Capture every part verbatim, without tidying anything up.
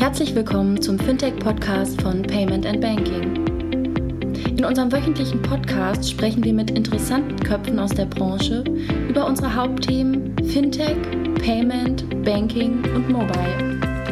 Herzlich willkommen zum Fintech-Podcast von Payment and Banking. In unserem wöchentlichen Podcast sprechen wir mit interessanten Köpfen aus der Branche über unsere Hauptthemen Fintech, Payment, Banking und Mobile.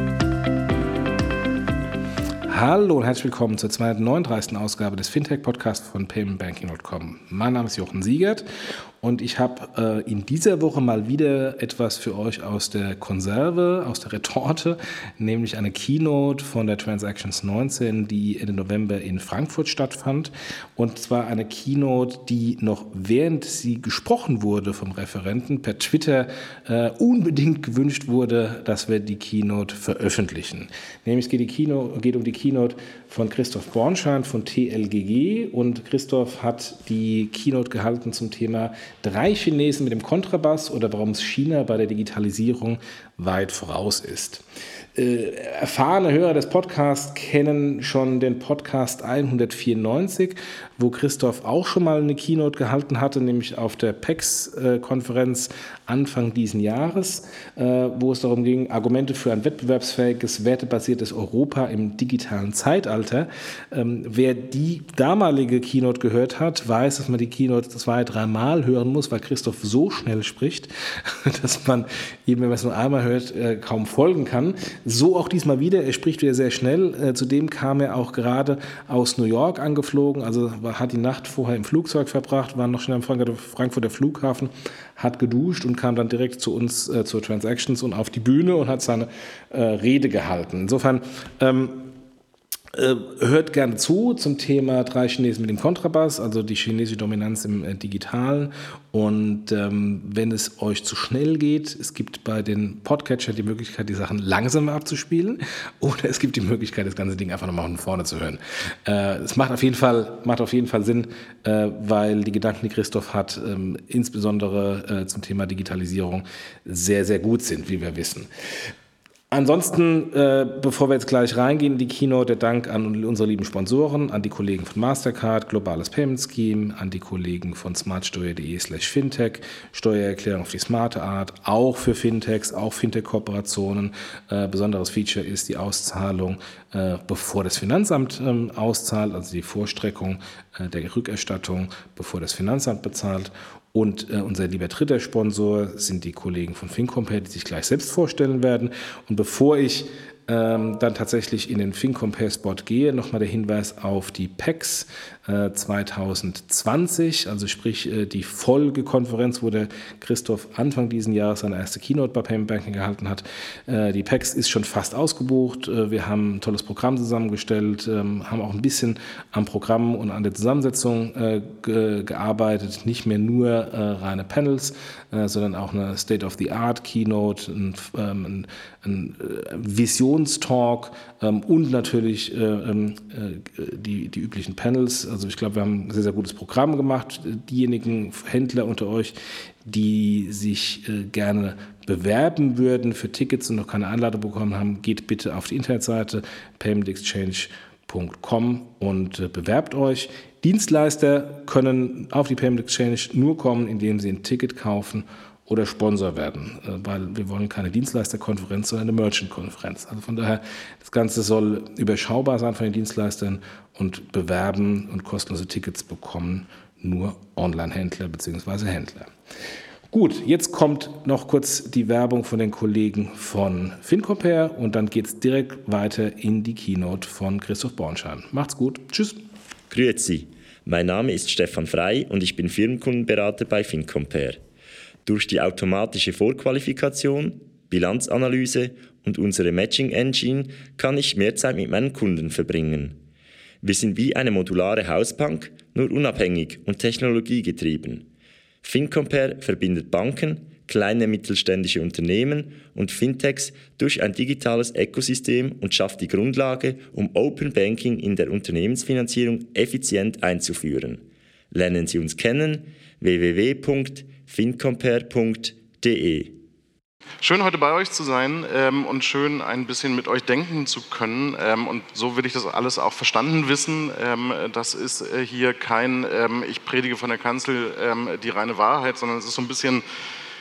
Hallo und herzlich willkommen zur zweihundertneununddreißigsten Ausgabe des Fintech-Podcasts von payment banking punkt com. Mein Name ist Jochen Siegert und ich habe äh, in dieser Woche mal wieder etwas für euch aus der Konserve, aus der Retorte, nämlich eine Keynote von der Transactions neunzehn, die Ende November in Frankfurt stattfand. Und zwar eine Keynote, die noch während sie gesprochen wurde vom Referenten per Twitter äh, unbedingt gewünscht wurde, dass wir die Keynote veröffentlichen. Nämlich es geht, die Keynote, geht um die Keynote Keynote von Christoph Bornschein von T L G G, und Christoph hat die Keynote gehalten zum Thema drei Chinesen mit dem Kontrabass oder warum China bei der Digitalisierung weit voraus ist. Äh, erfahrene Hörer des Podcasts kennen schon den Podcast hundertvierundneunzig, wo Christoph auch schon mal eine Keynote gehalten hatte, nämlich auf der P E X-Konferenz Anfang diesen Jahres, äh, wo es darum ging, Argumente für ein wettbewerbsfähiges, wertebasiertes Europa im digitalen Zeitalter. Ähm, wer die damalige Keynote gehört hat, weiß, dass man die Keynote zwei, dreimal hören muss, weil Christoph so schnell spricht, dass man eben, wenn man es nur einmal hört, äh, kaum folgen kann. So auch diesmal wieder. Er spricht wieder sehr schnell. Äh, zudem kam er auch gerade aus New York angeflogen, also war, hat die Nacht vorher im Flugzeug verbracht, war noch schnell am Frankfurter, Frankfurter Flughafen, hat geduscht und kam dann direkt zu uns, äh, zur Transactions und auf die Bühne und hat seine äh, Rede gehalten. Insofern ähm, hört gerne zu zum Thema drei Chinesen mit dem Kontrabass, also die chinesische Dominanz im äh, Digitalen. Und ähm, wenn es euch zu schnell geht, es gibt bei den Podcatchern die Möglichkeit, die Sachen langsamer abzuspielen, oder es gibt die Möglichkeit, das ganze Ding einfach nochmal von vorne zu hören. Äh, es macht auf jeden Fall, macht auf jeden Fall Sinn, äh, weil die Gedanken, die Christoph hat, ähm, insbesondere äh, zum Thema Digitalisierung sehr, sehr gut sind, wie wir wissen. Ansonsten, äh, bevor wir jetzt gleich reingehen in die Keynote, der Dank an unsere lieben Sponsoren, an die Kollegen von Mastercard, Globales Payment Scheme, an die Kollegen von smartsteuer punkt de slash fintech, Steuererklärung auf die smarte Art, auch für Fintechs, auch Fintech-Kooperationen. Äh, besonderes Feature ist die Auszahlung, äh, bevor das Finanzamt ähm, auszahlt, also die Vorstreckung äh, der Rückerstattung, bevor das Finanzamt bezahlt. Und äh, unser lieber dritter Sponsor sind die Kollegen von FinCompare, die sich gleich selbst vorstellen werden. Und bevor ich ähm, dann tatsächlich in den FinCompare-Spot gehe, nochmal der Hinweis auf die P E X äh, zwanzig zwanzig, also sprich äh, die Folgekonferenz, wo der Christoph Anfang diesen Jahres seine erste Keynote bei Payment Banking gehalten hat. Äh, die P E X ist schon fast ausgebucht. Äh, wir haben ein tolles Programm zusammengestellt, ähm, haben auch ein bisschen am Programm und an der Zusammensetzung äh, ge- gearbeitet. Nicht mehr nur äh, reine Panels, äh, sondern auch eine State-of-the-Art-Keynote, ein, ähm, ein, ein äh, Visionstalk ähm, und natürlich äh, äh, die, die üblichen Panels. Also ich glaube, wir haben ein sehr, sehr gutes Programm gemacht. Diejenigen Händler unter euch, die sich äh, gerne bewerben würden für Tickets und noch keine Einladung bekommen haben, geht bitte auf die Internetseite payment exchange punkt com und äh, bewerbt euch. Dienstleister können auf die Payment Exchange nur kommen, indem sie ein Ticket kaufen oder Sponsor werden, äh, weil wir wollen keine Dienstleisterkonferenz, sondern eine Merchant-Konferenz. Also von daher, das Ganze soll überschaubar sein von den Dienstleistern, und bewerben und kostenlose Tickets bekommen nur Online-Händler bzw. Händler. Gut, jetzt kommt noch kurz die Werbung von den Kollegen von FinCompare und dann geht es direkt weiter in die Keynote von Christoph Bornschein. Macht's gut. Tschüss. Grüezi. Mein Name ist Stefan Frey und ich bin Firmenkundenberater bei FinCompare. Durch die automatische Vorqualifikation, Bilanzanalyse und unsere Matching Engine kann ich mehr Zeit mit meinen Kunden verbringen. Wir sind wie eine modulare Hausbank, nur unabhängig und technologiegetrieben. FinCompare verbindet Banken, kleine mittelständische Unternehmen und Fintechs durch ein digitales Ökosystem und schafft die Grundlage, um Open Banking in der Unternehmensfinanzierung effizient einzuführen. Lernen Sie uns kennen, w w w punkt fincompare punkt de. Schön, heute bei euch zu sein ähm, und schön ein bisschen mit euch denken zu können. Ähm, und so will ich das alles auch verstanden wissen. Ähm, das ist äh, hier kein, ähm, ich predige von der Kanzel ähm, die reine Wahrheit, sondern es ist so ein bisschen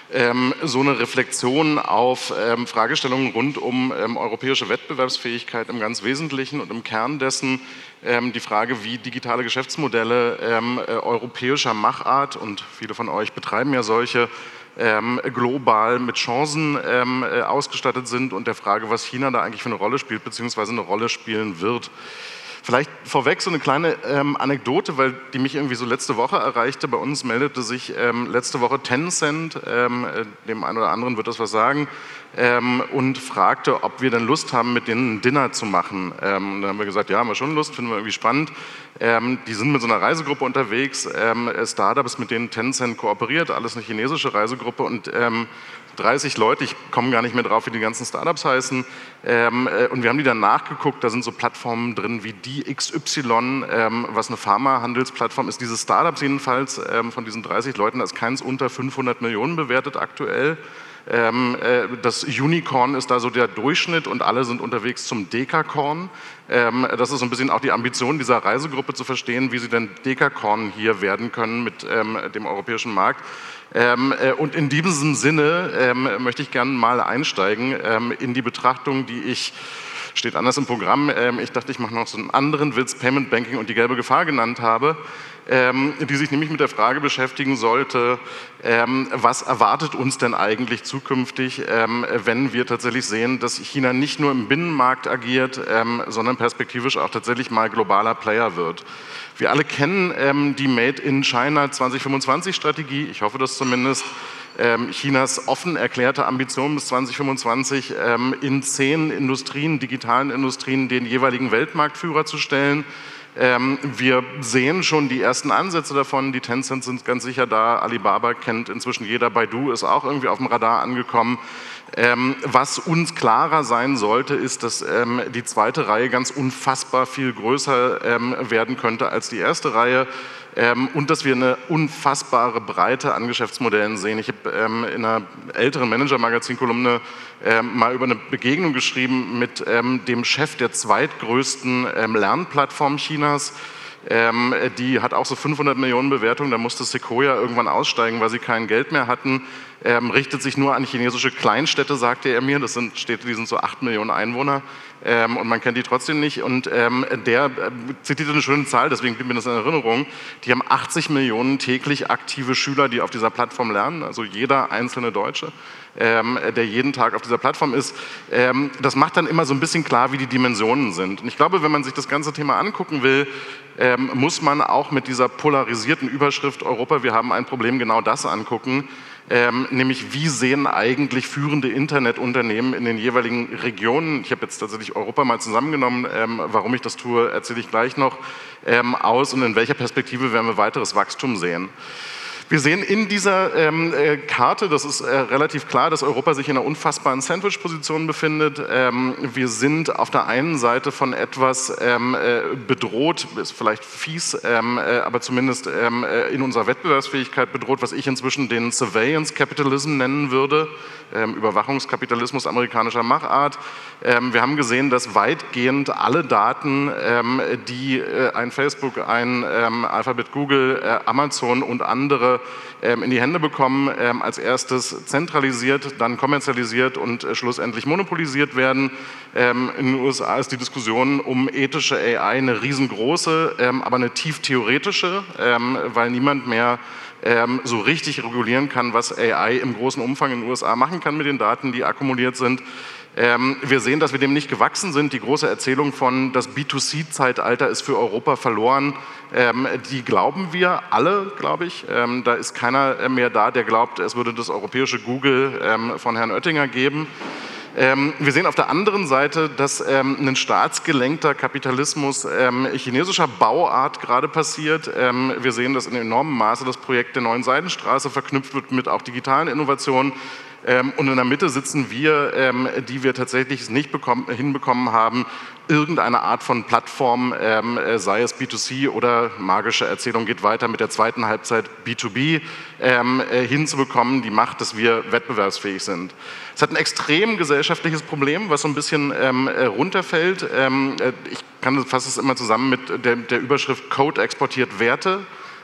ähm, so eine Reflexion auf ähm, Fragestellungen rund um ähm, europäische Wettbewerbsfähigkeit im ganz Wesentlichen und im Kern dessen ähm, die Frage, wie digitale Geschäftsmodelle ähm, äh, europäischer Machart, und viele von euch betreiben ja solche, ähm, global mit Chancen ähm, äh, ausgestattet sind, und der Frage, was China da eigentlich für eine Rolle spielt, beziehungsweise eine Rolle spielen wird. Vielleicht vorweg so eine kleine ähm, Anekdote, weil die mich irgendwie so letzte Woche erreichte. Bei uns meldete sich ähm, letzte Woche Tencent, ähm, dem einen oder anderen wird das was sagen, ähm, und fragte, ob wir denn Lust haben, mit denen ein Dinner zu machen. Ähm, dann haben wir gesagt, ja, haben wir schon Lust, finden wir irgendwie spannend. Ähm, die sind mit so einer Reisegruppe unterwegs, ähm, Startups, mit denen Tencent kooperiert, alles eine chinesische Reisegruppe, und ähm, dreißig Leute, ich komme gar nicht mehr drauf, wie die ganzen Startups heißen, ähm, äh, und wir haben die dann nachgeguckt, da sind so Plattformen drin wie die X Y, ähm, was eine Pharma-Handelsplattform ist. Diese Startups jedenfalls, ähm, von diesen dreißig Leuten, da ist keins unter fünfhundert Millionen bewertet aktuell. Ähm, äh, das Unicorn ist da so der Durchschnitt, und alle sind unterwegs zum Dekakorn. Ähm, das ist so ein bisschen auch die Ambition dieser Reisegruppe, zu verstehen, wie sie denn Dekakorn hier werden können mit ähm, dem europäischen Markt. Ähm, äh, und in diesem Sinne ähm, möchte ich gerne mal einsteigen ähm, in die Betrachtung, die ich, steht anders im Programm, ähm, ich dachte, ich mache noch so einen anderen Witz, Payment Banking und die gelbe Gefahr genannt habe, ähm, die sich nämlich mit der Frage beschäftigen sollte, ähm, was erwartet uns denn eigentlich zukünftig, ähm, wenn wir tatsächlich sehen, dass China nicht nur im Binnenmarkt agiert, ähm, sondern perspektivisch auch tatsächlich mal globaler Player wird. Wir alle kennen ähm, die Made in China zwanzig fünfundzwanzig Strategie, ich hoffe das zumindest, ähm, Chinas offen erklärte Ambition bis zwanzig fünfundzwanzig ähm, in zehn Industrien, digitalen Industrien, den jeweiligen Weltmarktführer zu stellen. Ähm, wir sehen schon die ersten Ansätze davon, die Tencent sind ganz sicher da, Alibaba kennt inzwischen jeder, Baidu ist auch irgendwie auf dem Radar angekommen. Ähm, was uns klarer sein sollte, ist, dass ähm, die zweite Reihe ganz unfassbar viel größer ähm, werden könnte als die erste Reihe. Ähm, und dass wir eine unfassbare Breite an Geschäftsmodellen sehen. Ich habe ähm, in einer älteren Manager-Magazin-Kolumne ähm, mal über eine Begegnung geschrieben mit ähm, dem Chef der zweitgrößten ähm, Lernplattform Chinas. Ähm, die hat auch so fünfhundert Millionen Bewertungen, da musste Sequoia irgendwann aussteigen, weil sie kein Geld mehr hatten. Ähm, richtet sich nur an chinesische Kleinstädte, sagte er mir. Das sind Städte, die sind so acht Millionen Einwohner, ähm, und man kennt die trotzdem nicht. Und ähm, der äh, zitierte eine schöne Zahl, deswegen blieb mir das in Erinnerung. Die haben achtzig Millionen täglich aktive Schüler, die auf dieser Plattform lernen, also jeder einzelne Deutsche, ähm, der jeden Tag auf dieser Plattform ist. Ähm, das macht dann immer so ein bisschen klar, wie die Dimensionen sind. Und ich glaube, wenn man sich das ganze Thema angucken will, ähm, muss man auch mit dieser polarisierten Überschrift Europa, wir haben ein Problem, genau das angucken. Ähm, nämlich wie sehen eigentlich führende Internetunternehmen in den jeweiligen Regionen, ich habe jetzt tatsächlich Europa mal zusammengenommen, ähm, warum ich das tue, erzähle ich gleich noch, ähm, aus, und in welcher Perspektive werden wir weiteres Wachstum sehen. Wir sehen in dieser ähm, äh, Karte, das ist äh, relativ klar, dass Europa sich in einer unfassbaren Sandwich-Position befindet. Ähm, wir sind auf der einen Seite von etwas ähm, äh, bedroht, ist vielleicht fies, ähm, äh, aber zumindest ähm, äh, in unserer Wettbewerbsfähigkeit bedroht, was ich inzwischen den Surveillance Capitalism nennen würde, ähm, Überwachungskapitalismus amerikanischer Machart. Ähm, wir haben gesehen, dass weitgehend alle Daten, ähm, die äh, ein Facebook, ein ähm, Alphabet, Google, äh, Amazon und andere ähm, in die Hände bekommen, ähm, als erstes zentralisiert, dann kommerzialisiert und äh, schlussendlich monopolisiert werden. Ähm, in den U S A ist die Diskussion um ethische A I eine riesengroße, ähm, aber eine tief theoretische, ähm, weil niemand mehr ähm, so richtig regulieren kann, was A I im großen Umfang in den U S A machen kann mit den Daten, die akkumuliert sind. Ähm, wir sehen, dass wir dem nicht gewachsen sind. Die große Erzählung von das B zwei C-Zeitalter ist für Europa verloren, ähm, die glauben wir alle, glaube ich. Ähm, da ist keiner mehr da, der glaubt, es würde das europäische Google ähm, von Herrn Oettinger geben. Ähm, wir sehen auf der anderen Seite, dass ähm, ein staatsgelenkter Kapitalismus ähm, chinesischer Bauart gerade passiert. Ähm, wir sehen, dass in enormem Maße das Projekt der neuen Seidenstraße verknüpft wird mit auch digitalen Innovationen. Ähm, und in der Mitte sitzen wir, ähm, die wir tatsächlich nicht bekommen, hinbekommen haben, irgendeine Art von Plattform, ähm, sei es B zwei C oder magische Erzählung geht weiter mit der zweiten Halbzeit B zwei B, ähm, hinzubekommen, die macht, dass wir wettbewerbsfähig sind. Es hat ein extrem gesellschaftliches Problem, was so ein bisschen ähm, runterfällt. Ähm, ich kann, fasse es immer zusammen mit der, der Überschrift Code exportiert Werte.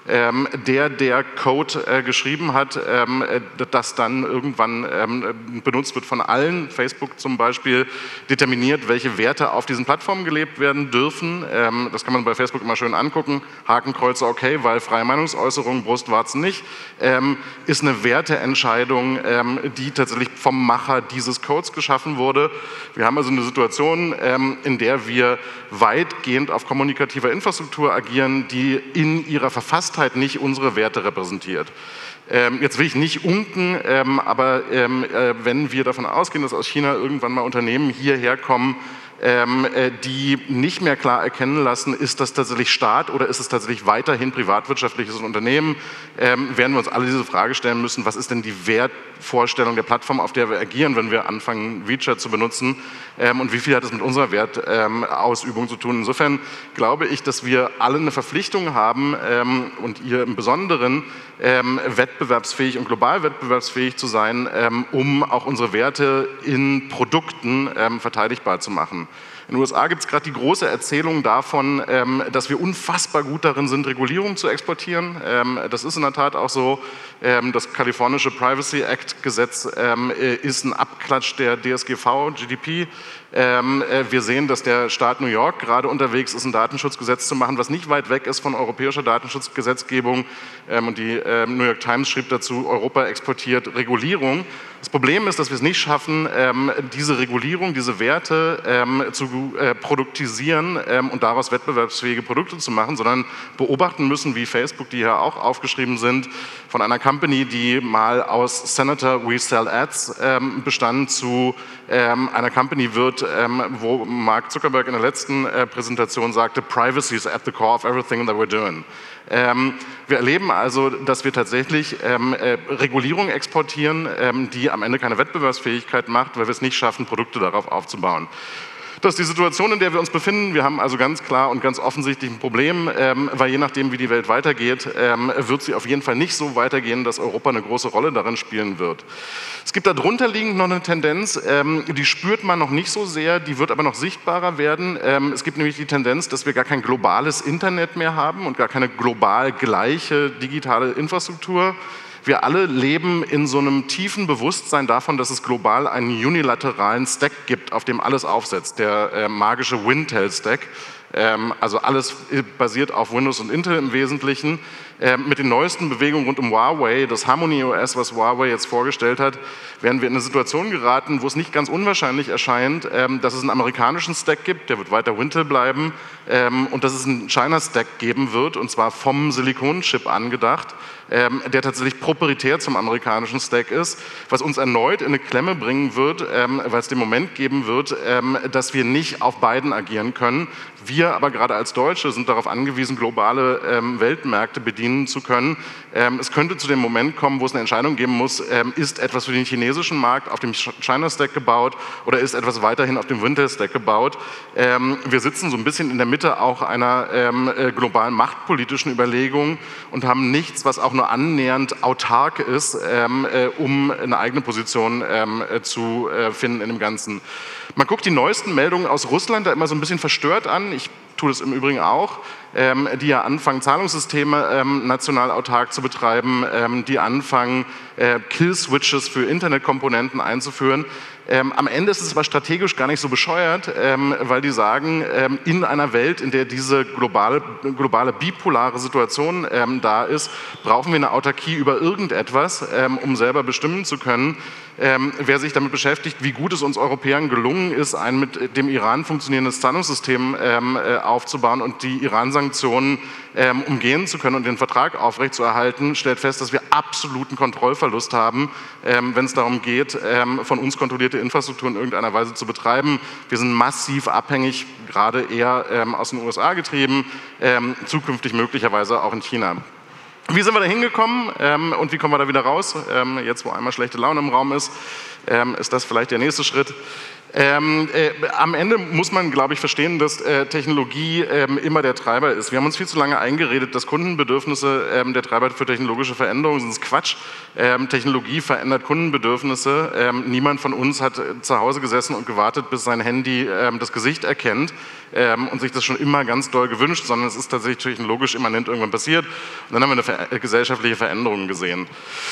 ähm, der der Code äh, geschrieben hat, ähm, das dann irgendwann ähm, benutzt wird von allen. Facebook zum Beispiel determiniert, welche Werte auf diesen Plattformen gelebt werden dürfen. Ähm, das kann man bei Facebook immer schön angucken. Hakenkreuze okay, weil freie Meinungsäußerung, Brustwarzen nicht, ähm, ist eine Werteentscheidung, ähm, die tatsächlich vom Macher dieses Codes geschaffen wurde. Wir haben also eine Situation, ähm, in der wir weitgehend auf kommunikativer Infrastruktur agieren, die in ihrer Verfasstheit nicht unsere Werte repräsentiert. Ähm, jetzt will ich nicht unken, ähm, aber ähm, äh, wenn wir davon ausgehen, dass aus China irgendwann mal Unternehmen hierher kommen, ähm, äh, die nicht mehr klar erkennen lassen, ist das tatsächlich Staat oder ist es tatsächlich weiterhin privatwirtschaftliches Unternehmen, ähm, werden wir uns alle diese Frage stellen müssen, was ist denn die Wertvorstellung der Plattform, auf der wir agieren, wenn wir anfangen, WeChat zu benutzen, ähm, und wie viel hat es mit unserer Wertausübung ähm, zu tun. Insofern glaube ich, dass wir alle eine Verpflichtung haben, ähm, und ihr im Besonderen, ähm, wettbewerbsfähig und global wettbewerbsfähig zu sein, ähm, um auch unsere Werte in Produkten ähm, verteidigbar zu machen. In den U S A gibt es gerade die große Erzählung davon, ähm, dass wir unfassbar gut darin sind, Regulierung zu exportieren. Ähm, das ist in der Tat auch so. Ähm, das kalifornische Privacy Act Gesetz ähm, ist ein Abklatsch der D S G V, G D P. Ähm, äh, wir sehen, dass der Staat New York gerade unterwegs ist, ein Datenschutzgesetz zu machen, was nicht weit weg ist von europäischer Datenschutzgesetzgebung. Ähm, und die ähm, New York Times schrieb dazu, Europa exportiert Regulierung. Das Problem ist, dass wir es nicht schaffen, ähm, diese Regulierung, diese Werte ähm, zu äh, produktisieren ähm, und daraus wettbewerbsfähige Produkte zu machen, sondern beobachten müssen, wie Facebook, die hier auch aufgeschrieben sind, von einer Company, die mal aus Senator We Sell Ads ähm, bestand, zu ähm, einer Company wird, ähm, wo Mark Zuckerberg in der letzten äh, Präsentation sagte, Privacy is at the core of everything that we're doing. Ähm, wir erleben also, dass wir tatsächlich ähm, äh, Regulierung exportieren, ähm, die am Ende keine Wettbewerbsfähigkeit macht, weil wir es nicht schaffen, Produkte darauf aufzubauen. Das ist die Situation, in der wir uns befinden. Wir haben also ganz klar und ganz offensichtlich ein Problem, ähm, weil je nachdem, wie die Welt weitergeht, ähm, wird sie auf jeden Fall nicht so weitergehen, dass Europa eine große Rolle darin spielen wird. Es gibt darunter liegend noch eine Tendenz, ähm, die spürt man noch nicht so sehr, die wird aber noch sichtbarer werden. Ähm, es gibt nämlich die Tendenz, dass wir gar kein globales Internet mehr haben und gar keine global gleiche digitale Infrastruktur. Wir alle leben in so einem tiefen Bewusstsein davon, dass es global einen unilateralen Stack gibt, auf dem alles aufsetzt, der äh, magische Wintel-Stack. Ähm, also alles basiert auf Windows und Intel im Wesentlichen. Ähm, mit den neuesten Bewegungen rund um Huawei, das Harmony O S, was Huawei jetzt vorgestellt hat, werden wir in eine Situation geraten, wo es nicht ganz unwahrscheinlich erscheint, ähm, dass es einen amerikanischen Stack gibt, der wird weiter Wintel bleiben, ähm, und dass es einen China-Stack geben wird, und zwar vom Silikon-Chip angedacht, ähm, der tatsächlich proprietär zum amerikanischen Stack ist, was uns erneut in eine Klemme bringen wird, ähm, weil es den Moment geben wird, ähm, dass wir nicht auf beiden agieren können. Wir aber gerade als Deutsche sind darauf angewiesen, globale ähm, Weltmärkte bedienen zu können. Ähm, es könnte zu dem Moment kommen, wo es eine Entscheidung geben muss, ähm, ist etwas für den chinesischen Markt auf dem China-Stack gebaut oder ist etwas weiterhin auf dem Wintel-Stack gebaut. Ähm, wir sitzen so ein bisschen in der Mitte auch einer ähm, äh, globalen machtpolitischen Überlegung und haben nichts, was auch nur annähernd autark ist, ähm, äh, um eine eigene Position ähm, äh, zu äh, finden in dem Ganzen. Man guckt die neuesten Meldungen aus Russland da immer so ein bisschen verstört an. Ich tue das im Übrigen auch, ähm, die ja anfangen, Zahlungssysteme ähm, national autark zu betreiben, ähm, die anfangen, äh, Kill-Switches für Internetkomponenten einzuführen. Ähm, am Ende ist es aber strategisch gar nicht so bescheuert, ähm, weil die sagen, ähm, in einer Welt, in der diese globale, globale bipolare Situation ähm, da ist, brauchen wir eine Autarkie über irgendetwas, ähm, um selber bestimmen zu können. Ähm, wer sich damit beschäftigt, wie gut es uns Europäern gelungen ist, ein mit dem Iran funktionierendes Zahlungssystem ähm, äh, aufzubauen und die Iran-Sanktionen ähm, umgehen zu können und den Vertrag aufrechtzuerhalten, stellt fest, dass wir absoluten Kontrollverlust haben, ähm, wenn es darum geht, ähm, von uns kontrollierte Infrastruktur in irgendeiner Weise zu betreiben. Wir sind massiv abhängig, gerade eher ähm, aus den U S A getrieben, ähm, zukünftig möglicherweise auch in China. Wie sind wir da hingekommen ähm, und wie kommen wir da wieder raus, ähm, jetzt wo einmal schlechte Laune im Raum ist? ähm, ist das vielleicht der nächste Schritt. Ähm, äh, am Ende muss man, glaube ich, verstehen, dass äh, Technologie ähm, immer der Treiber ist. Wir haben uns viel zu lange eingeredet, dass Kundenbedürfnisse ähm, der Treiber für technologische Veränderungen sind. Das ist Quatsch. Ähm, Technologie verändert Kundenbedürfnisse. Ähm, niemand von uns hat äh, zu Hause gesessen und gewartet, bis sein Handy ähm, das Gesicht erkennt ähm, und sich das schon immer ganz doll gewünscht, sondern es ist tatsächlich technologisch immanent irgendwann passiert. Und dann haben wir eine ver- gesellschaftliche Veränderung gesehen.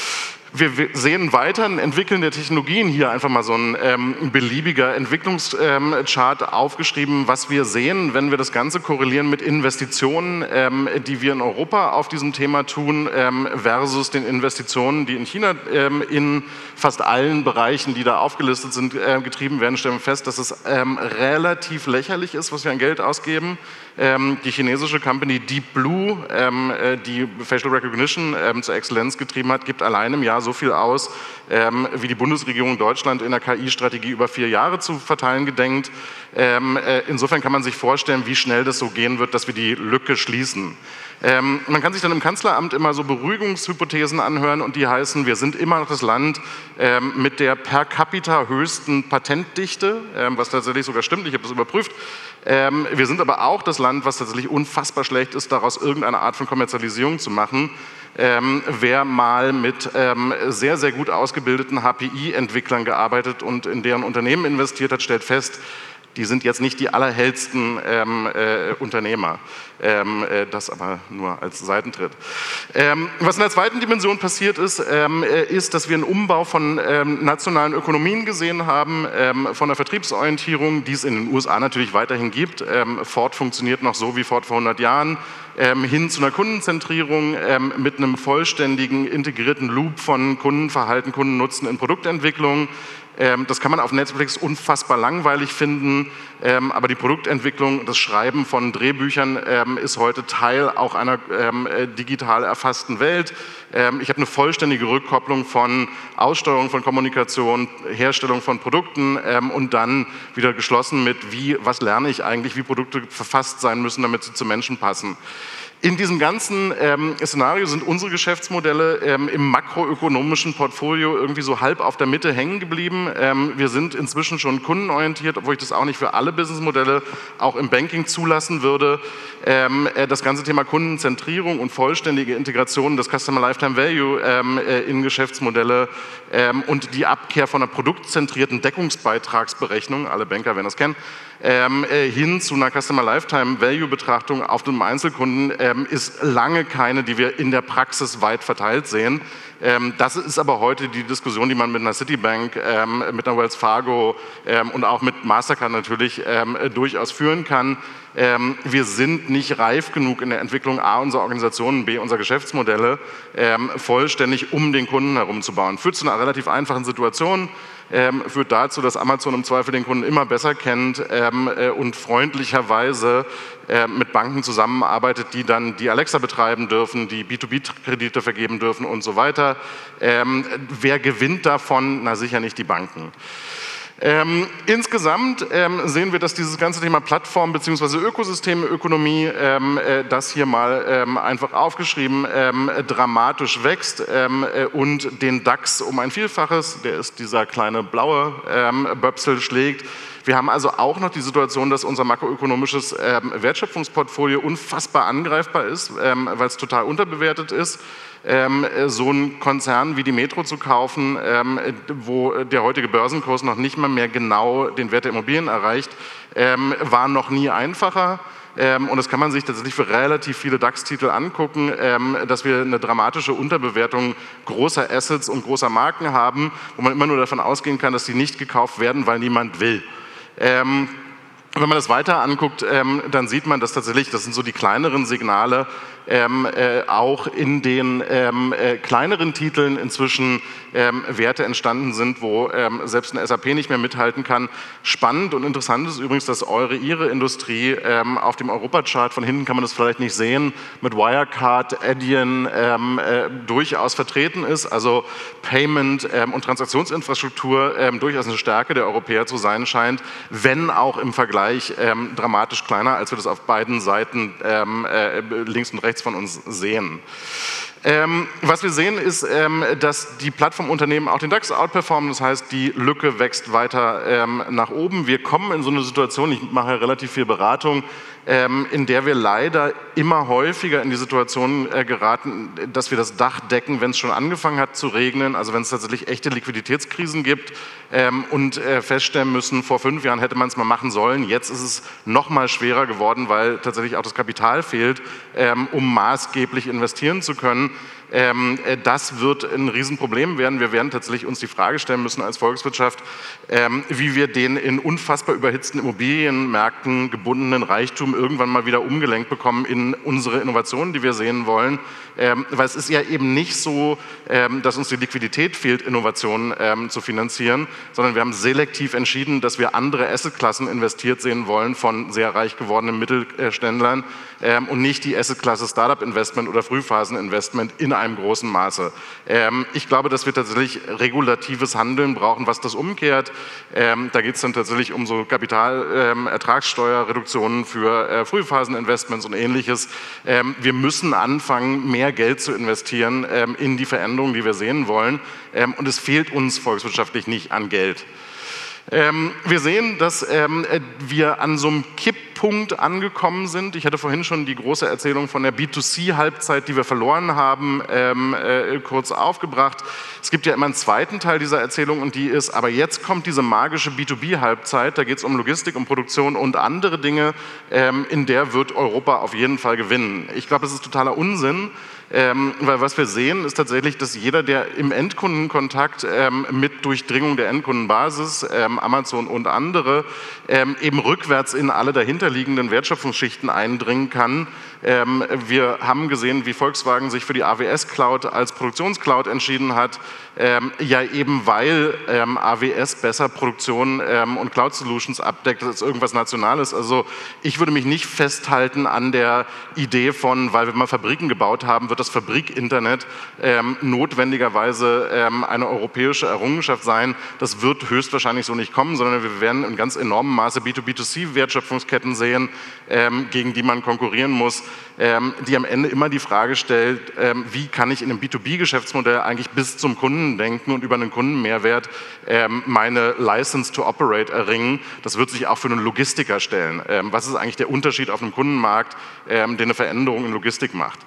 Wir sehen weiter ein Entwickeln der Technologien, hier einfach mal so ein ähm, beliebiger Entwicklungschart ähm, aufgeschrieben, was wir sehen, wenn wir das Ganze korrelieren mit Investitionen, ähm, die wir in Europa auf diesem Thema tun, ähm, versus den Investitionen, die in China ähm, in fast allen Bereichen, die da aufgelistet sind, äh, getrieben werden, stellen wir fest, dass es ähm, relativ lächerlich ist, was wir an Geld ausgeben. Ähm, die chinesische Company Deep Blue, ähm, äh, die Facial Recognition ähm, zur Exzellenz getrieben hat, gibt allein im Jahr so viel aus, ähm, wie die Bundesregierung Deutschland in der K I-Strategie über vier Jahre zu verteilen gedenkt. Ähm, äh, insofern kann man sich vorstellen, wie schnell das so gehen wird, dass wir die Lücke schließen. Ähm, man kann sich dann im Kanzleramt immer so Beruhigungshypothesen anhören und die heißen, wir sind immer noch das Land ähm, mit der per capita höchsten Patentdichte, ähm, was tatsächlich sogar stimmt, ich habe das überprüft. Ähm, wir sind aber auch das Land, was tatsächlich unfassbar schlecht ist, daraus irgendeine Art von Kommerzialisierung zu machen. Ähm, wer mal mit ähm, sehr, sehr gut ausgebildeten H P I-Entwicklern gearbeitet und in deren Unternehmen investiert hat, stellt fest, die sind jetzt nicht die allerhellsten ähm, äh, Unternehmer. Ähm, äh, das aber nur als Seitentritt. Ähm, was in der zweiten Dimension passiert ist, ähm, äh, ist, dass wir einen Umbau von ähm, nationalen Ökonomien gesehen haben, ähm, von der Vertriebsorientierung, die es in den U S A natürlich weiterhin gibt. Ähm, Ford funktioniert noch so wie Ford vor hundert Jahren, ähm, hin zu einer Kundenzentrierung ähm, mit einem vollständigen, integrierten Loop von Kundenverhalten, Kundennutzen in Produktentwicklung. Das kann man auf Netflix unfassbar langweilig finden, aber die Produktentwicklung, das Schreiben von Drehbüchern ist heute Teil auch einer digital erfassten Welt. Ich habe eine vollständige Rückkopplung von Aussteuerung von Kommunikation, Herstellung von Produkten und dann wieder geschlossen mit, wie, was lerne ich eigentlich, wie Produkte verfasst sein müssen, damit sie zu Menschen passen. In diesem ganzen ähm, Szenario sind unsere Geschäftsmodelle ähm, im makroökonomischen Portfolio irgendwie so halb auf der Mitte hängen geblieben. Ähm, wir sind inzwischen schon kundenorientiert, obwohl ich das auch nicht für alle Businessmodelle auch im Banking zulassen würde. Ähm, äh, das ganze Thema Kundenzentrierung und vollständige Integration des Customer Lifetime Value ähm, äh, in Geschäftsmodelle ähm, und die Abkehr von einer produktzentrierten Deckungsbeitragsberechnung, alle Banker werden das kennen, ähm, äh, hin zu einer Customer Lifetime Value Betrachtung auf dem Einzelkunden ähm, ist lange keine, die wir in der Praxis weit verteilt sehen. Ähm, das ist aber heute die Diskussion, die man mit einer Citibank, ähm, mit einer Wells Fargo ähm, und auch mit Mastercard natürlich ähm, äh, durchaus führen kann. Ähm, wir sind nicht reif genug in der Entwicklung A unserer Organisationen, B unserer Geschäftsmodelle, ähm, vollständig um den Kunden herum zu bauen. Führt zu einer relativ einfachen Situation. Ähm, führt dazu, dass Amazon im Zweifel den Kunden immer besser kennt ähm, äh, und freundlicherweise äh, mit Banken zusammenarbeitet, die dann die Alexa betreiben dürfen, die B zwei B-Kredite vergeben dürfen und so weiter. Ähm, wer gewinnt davon? Na sicher nicht die Banken. Ähm, insgesamt ähm, sehen wir, dass dieses ganze Thema Plattform bzw. Ökosystemökonomie, ähm, äh, das hier mal ähm, einfach aufgeschrieben, ähm, dramatisch wächst ähm, äh, und den DAX um ein Vielfaches, der ist dieser kleine blaue ähm, Böpsel, schlägt. Wir haben also auch noch die Situation, dass unser makroökonomisches ähm, Wertschöpfungsportfolio unfassbar angreifbar ist, ähm, weil es total unterbewertet ist. Ähm, so einen Konzern wie die Metro zu kaufen, ähm, wo der heutige Börsenkurs noch nicht mal mehr genau den Wert der Immobilien erreicht, ähm, war noch nie einfacher. Ähm, und das kann man sich tatsächlich für relativ viele DAX-Titel angucken, ähm, dass wir eine dramatische Unterbewertung großer Assets und großer Marken haben, wo man immer nur davon ausgehen kann, dass sie nicht gekauft werden, weil niemand will. Ähm, Wenn man das weiter anguckt, ähm, dann sieht man, dass tatsächlich, das sind so die kleineren Signale, ähm, äh, auch in den ähm, äh, kleineren Titeln inzwischen ähm, Werte entstanden sind, wo ähm, selbst eine S A P nicht mehr mithalten kann. Spannend und interessant ist übrigens, dass eure, ihre Industrie ähm, auf dem Europachart, von hinten kann man das vielleicht nicht sehen, mit Wirecard, Adyen ähm, äh, durchaus vertreten ist, also Payment ähm, und Transaktionsinfrastruktur ähm, durchaus eine Stärke der Europäer zu sein scheint, wenn auch im Vergleich ähm, dramatisch kleiner, als wir das auf beiden Seiten ähm, äh, links und rechts von uns sehen. Ähm, was wir sehen ist, ähm, dass die Plattformunternehmen auch den DAX outperformen, das heißt, die Lücke wächst weiter ähm, nach oben. Wir kommen in so eine Situation, ich mache ja relativ viel Beratung, ähm, in der wir leider immer häufiger in die Situation äh, geraten, dass wir das Dach decken, wenn es schon angefangen hat zu regnen, also wenn es tatsächlich echte Liquiditätskrisen gibt ähm, und äh, feststellen müssen, vor fünf Jahren hätte man es mal machen sollen, jetzt ist es noch mal schwerer geworden, weil tatsächlich auch das Kapital fehlt, ähm, um maßgeblich investieren zu können. Ähm, das wird ein Riesenproblem werden. Wir werden tatsächlich uns die Frage stellen müssen als Volkswirtschaft, ähm, wie wir den in unfassbar überhitzten Immobilienmärkten gebundenen Reichtum irgendwann mal wieder umgelenkt bekommen in unsere Innovationen, die wir sehen wollen. Ähm, weil es ist ja eben nicht so, ähm, dass uns die Liquidität fehlt, Innovationen ähm, zu finanzieren, sondern wir haben selektiv entschieden, dass wir andere Assetklassen investiert sehen wollen von sehr reich gewordenen Mittelständlern ähm, und nicht die Assetklasse Startup-Investment oder Frühphasen-Investment in einem großen Maße. Ähm, ich glaube, dass wir tatsächlich regulatives Handeln brauchen, was das umkehrt. Ähm, da geht es dann tatsächlich um so Kapitalertragssteuerreduktionen ähm, für äh, Frühphaseninvestments und Ähnliches. Ähm, wir müssen anfangen, mehr Geld zu investieren ähm, in die Veränderungen, die wir sehen wollen. Ähm, und es fehlt uns volkswirtschaftlich nicht an Geld. Ähm, wir sehen, dass ähm, wir an so einem Kipppunkt angekommen sind. Ich hatte vorhin schon die große Erzählung von der B zwei C-Halbzeit, die wir verloren haben, ähm, äh, kurz aufgebracht. Es gibt ja immer einen zweiten Teil dieser Erzählung und die ist, aber jetzt kommt diese magische B zwei B-Halbzeit, da geht es um Logistik, um Produktion und andere Dinge, ähm, in der wird Europa auf jeden Fall gewinnen. Ich glaube, das ist totaler Unsinn. Ähm, weil was wir sehen, ist tatsächlich, dass jeder, der im Endkundenkontakt ähm, mit Durchdringung der Endkundenbasis, ähm, Amazon und andere, ähm, eben rückwärts in alle dahinterliegenden Wertschöpfungsschichten eindringen kann. Ähm, wir haben gesehen, wie Volkswagen sich für die A W S-Cloud als Produktionscloud entschieden hat, ähm, ja eben weil ähm, A W S besser Produktion ähm, und Cloud-Solutions abdeckt als irgendwas Nationales. Also ich würde mich nicht festhalten an der Idee von, weil wir mal Fabriken gebaut haben, wird das Fabrik-Internet ähm, notwendigerweise ähm, eine europäische Errungenschaft sein. Das wird höchstwahrscheinlich so nicht kommen, sondern wir werden in ganz enormem Maße B zwei B zwei C-Wertschöpfungsketten sehen, ähm, gegen die man konkurrieren muss, ähm, die am Ende immer die Frage stellt, ähm, wie kann ich in einem B zwei B-Geschäftsmodell eigentlich bis zum Kunden denken und über einen Kundenmehrwert ähm, meine License to Operate erringen. Das wird sich auch für einen Logistiker stellen. Ähm, was ist eigentlich der Unterschied auf einem Kundenmarkt, ähm, der eine Veränderung in Logistik macht?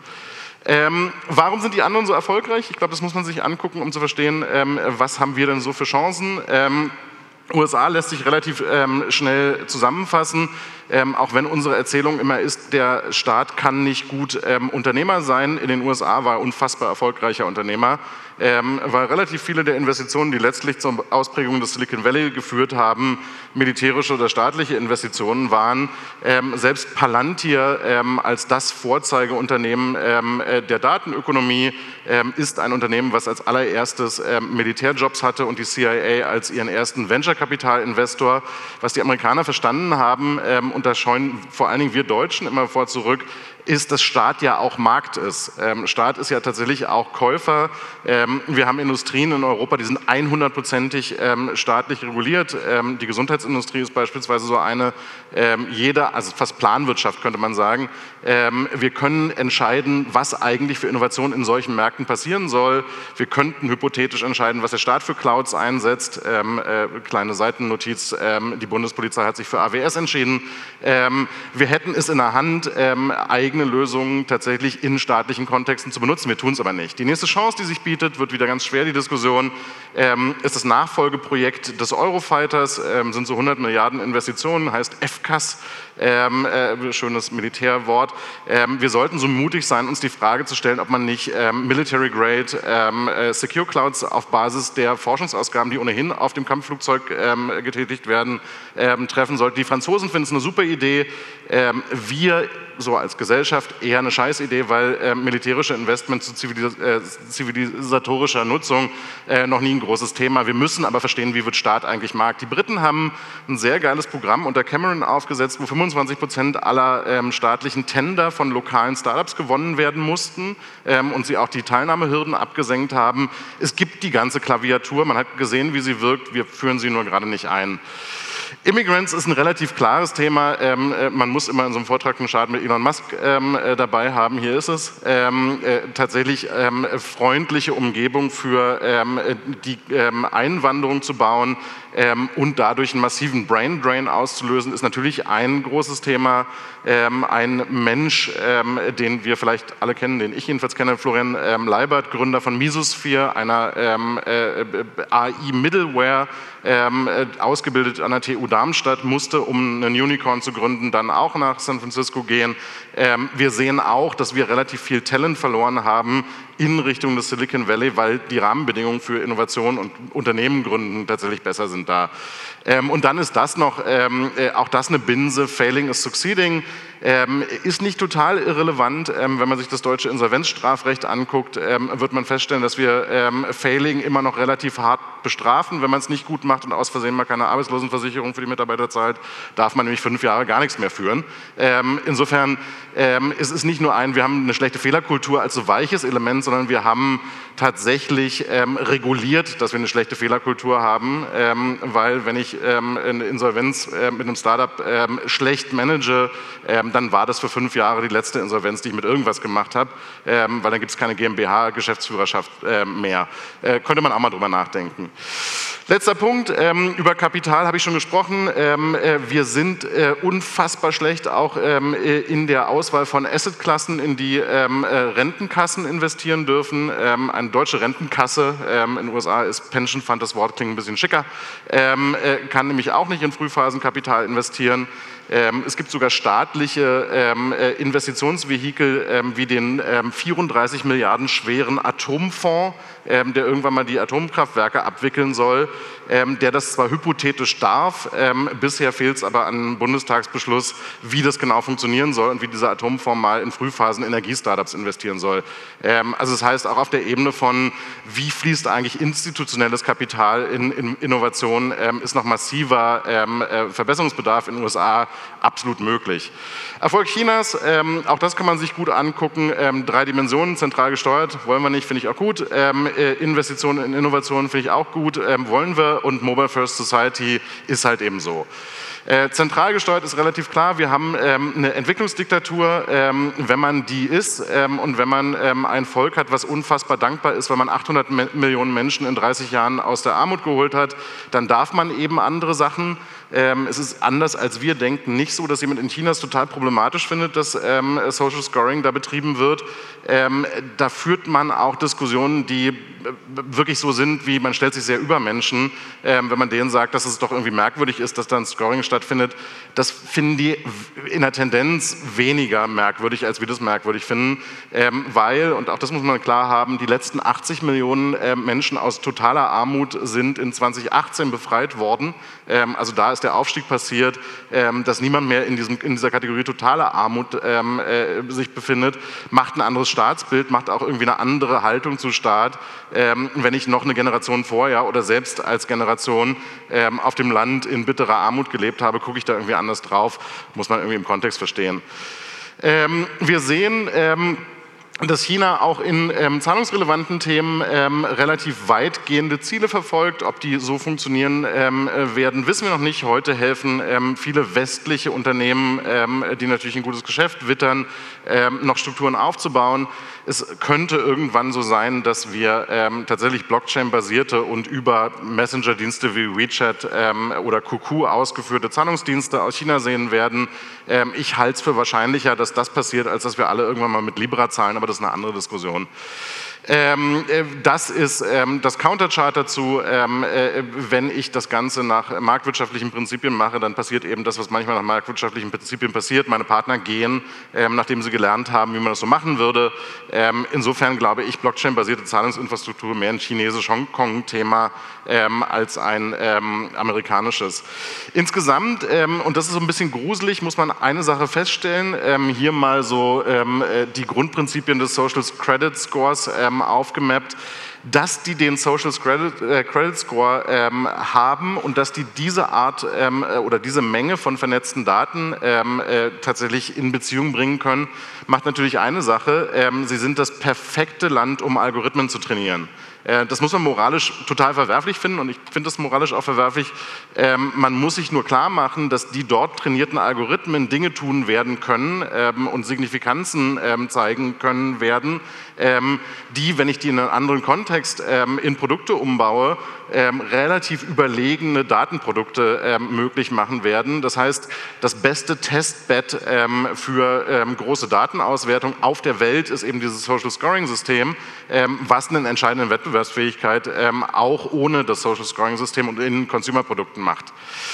Ähm, warum sind die anderen so erfolgreich? Ich glaube, das muss man sich angucken, um zu verstehen, ähm, was haben wir denn so für Chancen. Ähm, U S A lässt sich relativ ähm, schnell zusammenfassen, ähm, auch wenn unsere Erzählung immer ist, der Staat kann nicht gut ähm, Unternehmer sein. In den U S A war er unfassbar erfolgreicher Unternehmer, ähm, weil relativ viele der Investitionen, die letztlich zur Ausprägung des Silicon Valley geführt haben, militärische oder staatliche Investitionen waren. Ähm, selbst Palantir ähm, als das Vorzeigeunternehmen ähm, der Datenökonomie ähm, ist ein Unternehmen, was als allererstes ähm, Militärjobs hatte und die C I A als ihren ersten Venture-Kapital-Investor. Was die Amerikaner verstanden haben, ähm, und da scheuen vor allen Dingen wir Deutschen immer vor zurück, ist, dass Staat ja auch Markt ist. Ähm, Staat ist ja tatsächlich auch Käufer. Ähm, wir haben Industrien in Europa, die sind hundertprozentig ähm, staatlich reguliert. Ähm, die Gesundheitsindustrie ist beispielsweise so eine, ähm, jeder, also fast Planwirtschaft könnte man sagen. Ähm, wir können entscheiden, was eigentlich für Innovationen in solchen Märkten passieren soll. Wir könnten hypothetisch entscheiden, was der Staat für Clouds einsetzt. Ähm, äh, kleine Seitennotiz, ähm, die Bundespolizei hat sich für A W S entschieden. Ähm, wir hätten es in der Hand, ähm, eigene Lösungen tatsächlich in staatlichen Kontexten zu benutzen. Wir tun es aber nicht. Die nächste Chance, die sich bietet, wird wieder ganz schwer, die Diskussion, ähm, ist das Nachfolgeprojekt des Eurofighters, ähm, sind so hundert Milliarden Investitionen, heißt F C A S, ähm, äh, schönes Militärwort. Ähm, wir sollten so mutig sein, uns die Frage zu stellen, ob man nicht ähm, Military-Grade ähm, äh, Secure Clouds auf Basis der Forschungsausgaben, die ohnehin auf dem Kampfflugzeug ähm, getätigt werden, ähm, treffen sollte. Die Franzosen finden es eine super Idee. Ähm, wir so als Gesellschaft eher eine Scheißidee, weil äh, militärische Investment zu zivilis äh, zivilisatorischer Nutzung äh, noch nie ein großes Thema. Wir müssen aber verstehen, wie wird Staat eigentlich Markt. Die Briten haben ein sehr geiles Programm unter Cameron aufgesetzt, wo fünfundzwanzig Prozent aller ähm, staatlichen Tender von lokalen Startups gewonnen werden mussten ähm, und sie auch die Teilnahmehürden abgesenkt haben. Es gibt die ganze Klaviatur, man hat gesehen, wie sie wirkt, wir führen sie nur gerade nicht ein. Immigrants ist ein relativ klares Thema. Ähm, äh, man muss immer in so einem Vortrag einen Schaden mit Elon Musk ähm, äh, dabei haben. Hier ist es. Ähm, äh, tatsächlich ähm, freundliche Umgebung für ähm, die ähm, Einwanderung zu bauen ähm, und dadurch einen massiven Brain Drain auszulösen, ist natürlich ein großes Thema. Ähm, ein Mensch, ähm, den wir vielleicht alle kennen, den ich jedenfalls kenne, Florian ähm, Leibert, Gründer von Mesosphere, einer ähm, äh, A I-Middleware, ähm, äh, ausgebildet an der T U Darmstadt, musste, um einen Unicorn zu gründen, dann auch nach San Francisco gehen. Ähm, wir sehen auch, dass wir relativ viel Talent verloren haben in Richtung des Silicon Valley, weil die Rahmenbedingungen für Innovation und Unternehmen gründen tatsächlich besser sind da. Ähm, und dann ist das noch, ähm, äh, auch das eine Binse, Failing is Succeeding, ähm, ist nicht total irrelevant. Ähm, wenn man sich das deutsche Insolvenzstrafrecht anguckt, ähm, wird man feststellen, dass wir ähm, Failing immer noch relativ hart bestrafen. Wenn man es nicht gut macht und aus Versehen mal keine Arbeitslosenversicherung für die Mitarbeiter zahlt, darf man nämlich fünf Jahre gar nichts mehr führen. Ähm, insofern ähm, es ist nicht nur ein, wir haben eine schlechte Fehlerkultur als so weiches Element, sondern wir haben tatsächlich ähm, reguliert, dass wir eine schlechte Fehlerkultur haben, ähm, weil wenn ich ähm, eine Insolvenz äh, mit einem Startup ähm, schlecht manage, ähm, dann war das für fünf Jahre die letzte Insolvenz, die ich mit irgendwas gemacht habe, ähm, weil dann gibt es keine GmbH-Geschäftsführerschaft äh, mehr. Äh, könnte man auch mal drüber nachdenken. Letzter Punkt, ähm, über Kapital habe ich schon gesprochen. Ähm, äh, wir sind äh, unfassbar schlecht auch ähm, in der Auswahl von Assetklassen, in die ähm, äh, Rentenkassen investieren dürfen. Ähm, eine deutsche Rentenkasse, ähm, in den U S A ist Pension Fund, das Wort klingt ein bisschen schicker, ähm, äh, kann nämlich auch nicht in Frühphasenkapital investieren. Ähm, es gibt sogar staatliche ähm, äh, Investitionsvehikel ähm, wie den ähm, vierunddreißig Milliarden schweren Atomfonds, ähm, der irgendwann mal die Atomkraftwerke abwickeln soll, ähm, der das zwar hypothetisch darf, ähm, bisher fehlt es aber an einem Bundestagsbeschluss, wie das genau funktionieren soll und wie dieser Atomfonds mal in Frühphasen Energiestartups investieren soll. Ähm, also das heißt auch auf der Ebene von, wie fließt eigentlich institutionelles Kapital in, in Innovation, ähm, ist noch massiver ähm, äh, Verbesserungsbedarf in den U S A absolut möglich. Erfolg Chinas, ähm, auch das kann man sich gut angucken, ähm, drei Dimensionen, zentral gesteuert, wollen wir nicht, finde ich auch gut, ähm, äh, Investitionen in Innovationen finde ich auch gut, ähm, wollen wir, und Mobile First Society ist halt eben so. Äh, zentral gesteuert ist relativ klar, wir haben ähm, eine Entwicklungsdiktatur, ähm, wenn man die ist ähm, und wenn man ähm, ein Volk hat, was unfassbar dankbar ist, weil man achthundert Me- Millionen Menschen in dreißig Jahren aus der Armut geholt hat, dann darf man eben andere Sachen. Ähm, es ist anders, als wir denken, nicht so, dass jemand in China es total problematisch findet, dass ähm, Social Scoring da betrieben wird. Ähm, da führt man auch Diskussionen, die wirklich so sind, wie man stellt sich sehr über Menschen, ähm, wenn man denen sagt, dass es doch irgendwie merkwürdig ist, dass da ein Scoring stattfindet. Das finden die in der Tendenz weniger merkwürdig, als wir das merkwürdig finden, ähm, weil, und auch das muss man klar haben, die letzten achtzig Millionen äh, Menschen aus totaler Armut sind in zwanzig achtzehn befreit worden. Ähm, also da ist der Aufstieg passiert, ähm, dass niemand mehr in, diesem, in dieser Kategorie totaler Armut ähm, äh, sich befindet, macht ein anderes Staatsbild, macht auch irgendwie eine andere Haltung zu Staat. Ähm, wenn ich noch eine Generation vorher oder selbst als Generation ähm, auf dem Land in bitterer Armut gelebt habe, gucke ich da irgendwie anders drauf, muss man irgendwie im Kontext verstehen. Ähm, wir sehen, ähm, dass China auch in ähm, zahlungsrelevanten Themen ähm, relativ weitgehende Ziele verfolgt. Ob die so funktionieren ähm, werden, wissen wir noch nicht. Heute helfen ähm, viele westliche Unternehmen, ähm, die natürlich ein gutes Geschäft wittern, ähm, noch Strukturen aufzubauen. Es könnte irgendwann so sein, dass wir ähm, tatsächlich Blockchain-basierte und über Messenger-Dienste wie WeChat ähm, oder Q Q ausgeführte Zahlungsdienste aus China sehen werden. Ähm, ich halte es für wahrscheinlicher, dass das passiert, als dass wir alle irgendwann mal mit Libra zahlen, aber das ist eine andere Diskussion. Ähm, äh, das ist ähm, das Counterchart dazu. Ähm, äh, wenn ich das Ganze nach marktwirtschaftlichen Prinzipien mache, dann passiert eben das, was manchmal nach marktwirtschaftlichen Prinzipien passiert. Meine Partner gehen, ähm, nachdem sie gelernt haben, wie man das so machen würde. Ähm, insofern glaube ich, Blockchain-basierte Zahlungsinfrastruktur mehr ein chinesisch-Hongkong-Thema ähm, als ein ähm, amerikanisches. Insgesamt, ähm, und das ist so ein bisschen gruselig, muss man eine Sache feststellen. Ähm, hier mal so ähm, die Grundprinzipien des Social Credit Scores ähm, aufgemappt, dass die den Social Credit, äh, Credit Score ähm, haben und dass die diese Art ähm, oder diese Menge von vernetzten Daten ähm, äh, tatsächlich in Beziehung bringen können, macht natürlich eine Sache, ähm, sie sind das perfekte Land, um Algorithmen zu trainieren. Äh, das muss man moralisch total verwerflich finden und ich finde das moralisch auch verwerflich. Ähm, man muss sich nur klar machen, dass die dort trainierten Algorithmen Dinge tun werden können ähm, und Signifikanzen ähm, zeigen können werden, ähm, die, wenn ich die in einen anderen Kontext ähm, in Produkte umbaue, ähm, relativ überlegene Datenprodukte ähm, möglich machen werden. Das heißt, das beste Testbed ähm, für ähm, große Datenauswertung auf der Welt ist eben dieses Social Scoring System, ähm, was einen entscheidenden Wettbewerbsfähigkeit ähm, auch ohne das Social Scoring System und in Consumer-Produkten macht.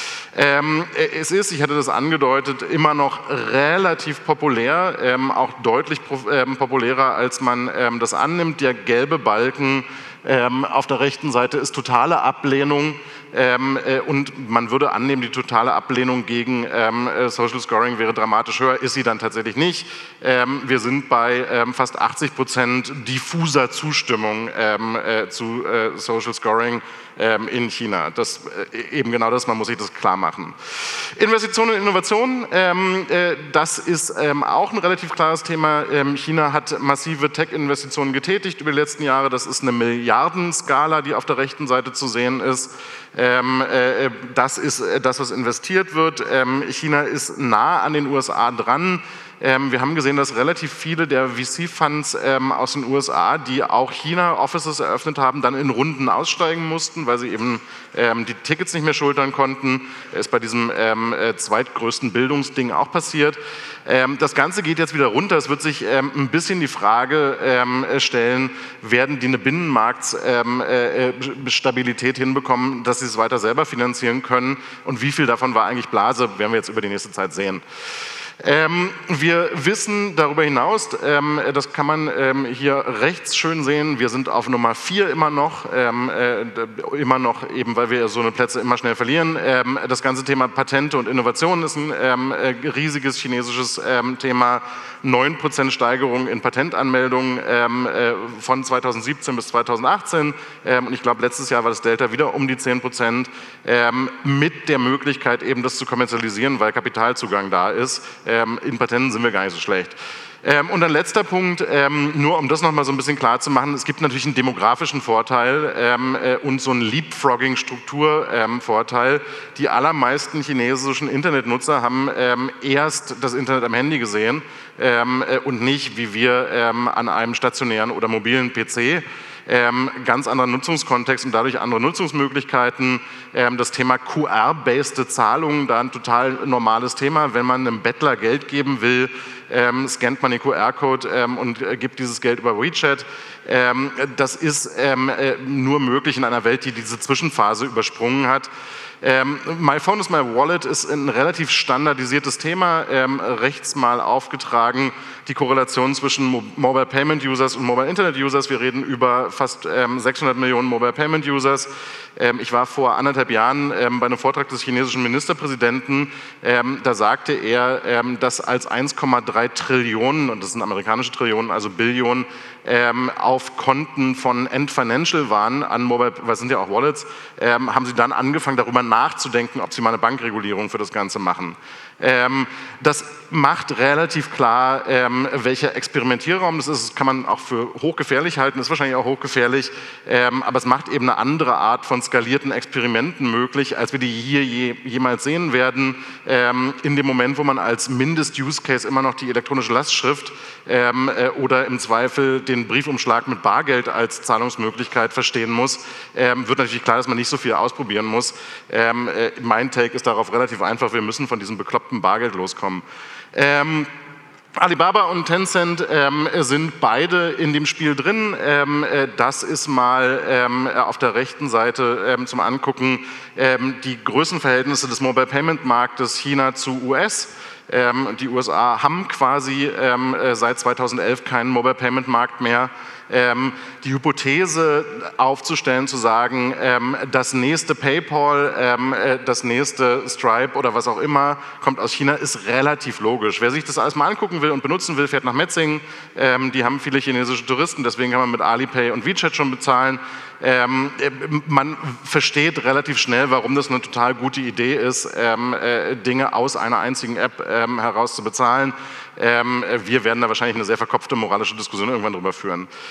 Ähm, es ist, ich hatte das angedeutet, immer noch relativ populär, ähm, auch deutlich ähm, populärer, als man ähm, das annimmt. Der gelbe Balken ähm, auf der rechten Seite ist totale Ablehnung. Ähm, äh, und man würde annehmen, die totale Ablehnung gegen ähm, Social Scoring wäre dramatisch höher, ist sie dann tatsächlich nicht. Ähm, wir sind bei ähm, fast achtzig Prozent diffuser Zustimmung ähm, äh, zu äh, Social Scoring ähm, in China. Das äh, eben genau das, man muss sich das klar machen. Investitionen und Innovation, ähm, äh, das ist ähm, auch ein relativ klares Thema. Ähm, China hat massive Tech-Investitionen getätigt über die letzten Jahre. Das ist eine Milliardenskala, die auf der rechten Seite zu sehen ist. Ähm, äh, das ist äh, das, was investiert wird. Ähm, China ist nah an den U S A dran. Ähm, wir haben gesehen, dass relativ viele der V C-Funds ähm, aus den U S A, die auch China-Offices eröffnet haben, dann in Runden aussteigen mussten, weil sie eben ähm, die Tickets nicht mehr schultern konnten. Das ist bei diesem ähm, äh, zweitgrößten Bildungsding auch passiert. Ähm, das Ganze geht jetzt wieder runter. Es wird sich ähm, ein bisschen die Frage ähm, stellen, werden die eine Binnenmarktstabilität ähm, äh, hinbekommen, dass sie es weiter selber finanzieren können und wie viel davon war eigentlich Blase, werden wir jetzt über die nächste Zeit sehen. Ähm, wir wissen darüber hinaus, ähm, das kann man ähm, hier rechts schön sehen, wir sind auf Nummer vier immer noch, ähm, äh, immer noch eben, weil wir so eine Plätze immer schnell verlieren. Ähm, das ganze Thema Patente und Innovation ist ein ähm, riesiges chinesisches ähm, Thema. neun Prozent Steigerung in Patentanmeldungen ähm, äh, von zweitausendsiebzehn bis zweitausendachtzehn ähm, und ich glaube, letztes Jahr war das Delta wieder um die zehn Prozent ähm, mit der Möglichkeit eben das zu kommerzialisieren, weil Kapitalzugang da ist. Ähm, in Patenten sind wir gar nicht so schlecht. Ähm, und ein letzter Punkt, ähm, nur um das nochmal so ein bisschen klar zu machen, es gibt natürlich einen demografischen Vorteil ähm, äh, und so einen Leapfrogging-Struktur-Vorteil. Ähm, die allermeisten chinesischen Internetnutzer haben ähm, erst das Internet am Handy gesehen ähm, äh, und nicht, wie wir, ähm, an einem stationären oder mobilen P C. Ähm, ganz anderer Nutzungskontext und dadurch andere Nutzungsmöglichkeiten. Ähm, das Thema Q R-based Zahlungen, da ein total normales Thema. Wenn man einem Bettler Geld geben will, ähm, scannt man den Q R-Code ähm, und äh, gibt dieses Geld über WeChat. Ähm, das ist ähm, äh, nur möglich in einer Welt, die diese Zwischenphase übersprungen hat. Ähm, My Phone is my Wallet ist ein relativ standardisiertes Thema, ähm, rechts mal aufgetragen, die Korrelation zwischen Mo- Mobile Payment Users und Mobile Internet Users. Wir reden über fast ähm, sechshundert Millionen Mobile Payment Users. Ähm, ich war vor anderthalb Jahren ähm, bei einem Vortrag des chinesischen Ministerpräsidenten, ähm, da sagte er, ähm, dass als eins Komma drei Trillionen, und das sind amerikanische Trillionen, also Billionen, ähm, auf Konten von Ant Financial waren, an Mobile, was sind ja auch Wallets, ähm, haben sie dann angefangen, darüber nachzudenken, ob sie mal eine Bankregulierung für das Ganze machen. Ähm, das macht relativ klar, ähm, welcher Experimentierraum das ist. Das kann man auch für hochgefährlich halten, ist wahrscheinlich auch hochgefährlich, ähm, aber es macht eben eine andere Art von skalierten Experimenten möglich, als wir die hier je, jemals sehen werden. Ähm, in dem Moment, wo man als Mindest-Use-Case immer noch die elektronische Lastschrift ähm, äh, oder im Zweifel den Briefumschlag mit Bargeld als Zahlungsmöglichkeit verstehen muss, ähm, wird natürlich klar, dass man nicht so viel ausprobieren muss. Ähm, äh, mein Take ist darauf relativ einfach, wir müssen von diesem bekloppten Bargeld loskommen. Ähm, Alibaba und Tencent ähm, sind beide in dem Spiel drin. Ähm, äh, das ist mal ähm, auf der rechten Seite ähm, zum Angucken ähm, die Größenverhältnisse des Mobile Payment Marktes China zu U S. Ähm, die U S A haben quasi ähm, seit zweitausendelf keinen Mobile Payment Markt mehr. Ähm, die Hypothese aufzustellen, zu sagen, ähm, das nächste PayPal, ähm, äh, das nächste Stripe oder was auch immer kommt aus China, ist relativ logisch. Wer sich das alles mal angucken will und benutzen will, fährt nach Metzingen. Ähm, die haben viele chinesische Touristen, deswegen kann man mit Alipay und WeChat schon bezahlen. Ähm, man versteht relativ schnell, warum das eine total gute Idee ist, ähm, äh, Dinge aus einer einzigen App ähm, heraus zu bezahlen. Ähm, wir werden da wahrscheinlich eine sehr verkopfte moralische Diskussion irgendwann drüber führen.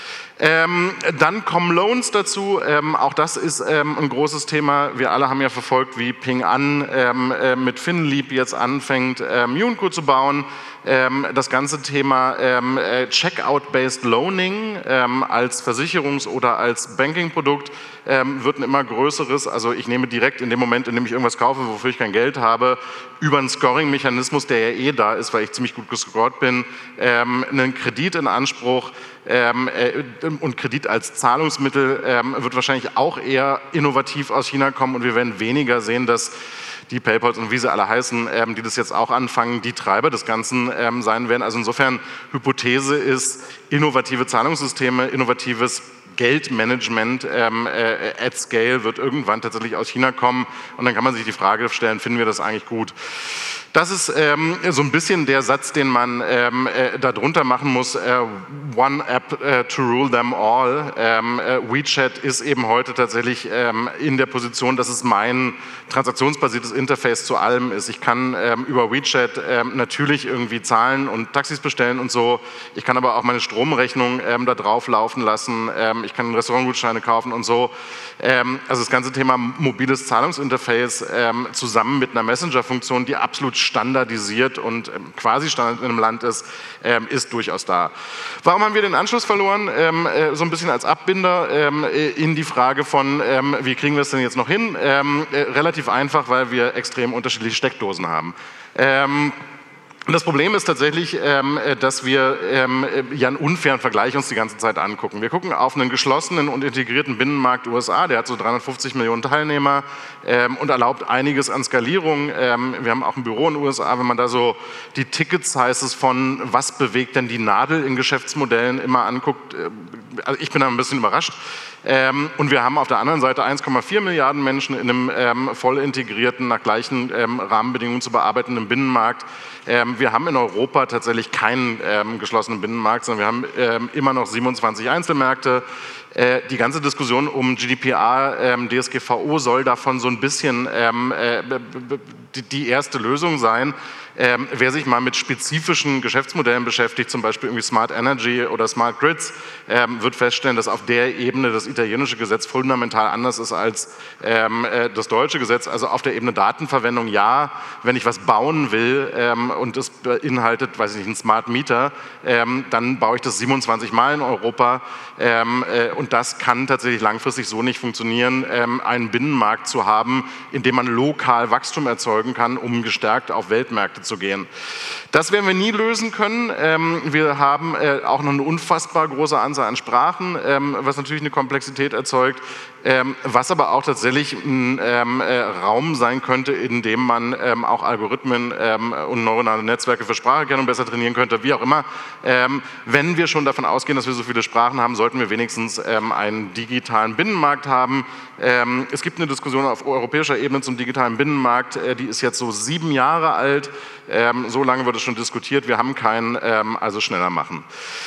Ähm, dann kommen Loans dazu, ähm, auch das ist ähm, ein großes Thema. Wir alle haben ja verfolgt, wie Ping An ähm, äh, mit Finleap jetzt anfängt, ähm, Yunko zu bauen. Ähm, das ganze Thema ähm, äh, Checkout-based Loaning ähm, als Versicherungs- oder als Banking-Produkt ähm, wird ein immer größeres. Also ich nehme direkt in dem Moment, in dem ich irgendwas kaufe, wofür ich kein Geld habe, über einen Scoring-Mechanismus, der ja eh da ist, weil ich ziemlich gut gescored bin, ähm, einen Kredit in Anspruch. Ähm, äh, und Kredit als Zahlungsmittel ähm, wird wahrscheinlich auch eher innovativ aus China kommen und wir werden weniger sehen, dass die PayPals und wie sie alle heißen, ähm, die das jetzt auch anfangen, die Treiber des Ganzen ähm, sein werden. Also insofern, Hypothese ist, innovative Zahlungssysteme, innovatives Geldmanagement ähm, äh, at scale wird irgendwann tatsächlich aus China kommen und dann kann man sich die Frage stellen, finden wir das eigentlich gut? Das ist ähm, so ein bisschen der Satz, den man ähm, äh, darunter machen muss, äh, one app äh, to rule them all. Ähm, äh, WeChat ist eben heute tatsächlich ähm, in der Position, dass es mein transaktionsbasiertes Interface zu allem ist. Ich kann ähm, über WeChat ähm, natürlich irgendwie zahlen und Taxis bestellen und so. Ich kann aber auch meine Stromrechnung ähm, da drauf laufen lassen. Ähm, ich kann Restaurantgutscheine kaufen und so. Ähm, also das ganze Thema mobiles Zahlungsinterface ähm, zusammen mit einer Messenger-Funktion, die absolut standardisiert und ähm, quasi Standard in einem Land ist, ähm, ist durchaus da. Warum haben wir den Anschluss verloren? Ähm, äh, so ein bisschen als Abbinder ähm, in die Frage von, ähm, wie kriegen wir es denn jetzt noch hin? Ähm, äh, relativ einfach, weil wir extrem unterschiedliche Steckdosen haben. Ähm, Das Problem ist tatsächlich, ähm, dass wir ähm, ja einen unfairen Vergleich uns die ganze Zeit angucken. Wir gucken auf einen geschlossenen und integrierten Binnenmarkt U S A, der hat so dreihundertfünfzig Millionen Teilnehmer ähm, und erlaubt einiges an Skalierung. Ähm, wir haben auch ein Büro in den U S A, wenn man da so die Ticket-Sizes von was bewegt denn die Nadel in Geschäftsmodellen immer anguckt. Äh, also ich bin da ein bisschen überrascht. Ähm, und wir haben auf der anderen Seite eins Komma vier Milliarden Menschen in einem ähm, voll integrierten, nach gleichen ähm, Rahmenbedingungen zu bearbeitenden Binnenmarkt. Ähm, wir haben in Europa tatsächlich keinen ähm, geschlossenen Binnenmarkt, sondern wir haben ähm, immer noch siebenundzwanzig Einzelmärkte. Äh, die ganze Diskussion um G D P R, ähm, D S G V O soll davon so ein bisschen ähm, äh, die, die erste Lösung sein. Ähm, wer sich mal mit spezifischen Geschäftsmodellen beschäftigt, zum Beispiel irgendwie Smart Energy oder Smart Grids, ähm, wird feststellen, dass auf der Ebene das italienische Gesetz fundamental anders ist als ähm, äh, das deutsche Gesetz. Also auf der Ebene Datenverwendung ja, wenn ich was bauen will ähm, und es beinhaltet, weiß ich nicht, einen Smart Meter, ähm, dann baue ich das siebenundzwanzig Mal in Europa ähm, äh, und das kann tatsächlich langfristig so nicht funktionieren, ähm, einen Binnenmarkt zu haben, in dem man lokal Wachstum erzeugen kann, um gestärkt auf Weltmärkte zu gehen. Das werden wir nie lösen können. Ähm, wir haben äh, auch noch eine unfassbar große Anzahl an Sprachen, ähm, was natürlich eine Komplexität erzeugt, ähm, was aber auch tatsächlich ein ähm, äh, Raum sein könnte, in dem man ähm, auch Algorithmen ähm, und neuronale Netzwerke für Spracherkennung besser trainieren könnte, wie auch immer. Ähm, wenn wir schon davon ausgehen, dass wir so viele Sprachen haben, sollten wir wenigstens ähm, einen digitalen Binnenmarkt haben. Ähm, es gibt eine Diskussion auf europäischer Ebene zum digitalen Binnenmarkt, äh, die ist jetzt so sieben Jahre alt. Ähm, so lange wird es schon diskutiert, wir haben keinen, ähm, also schneller machen.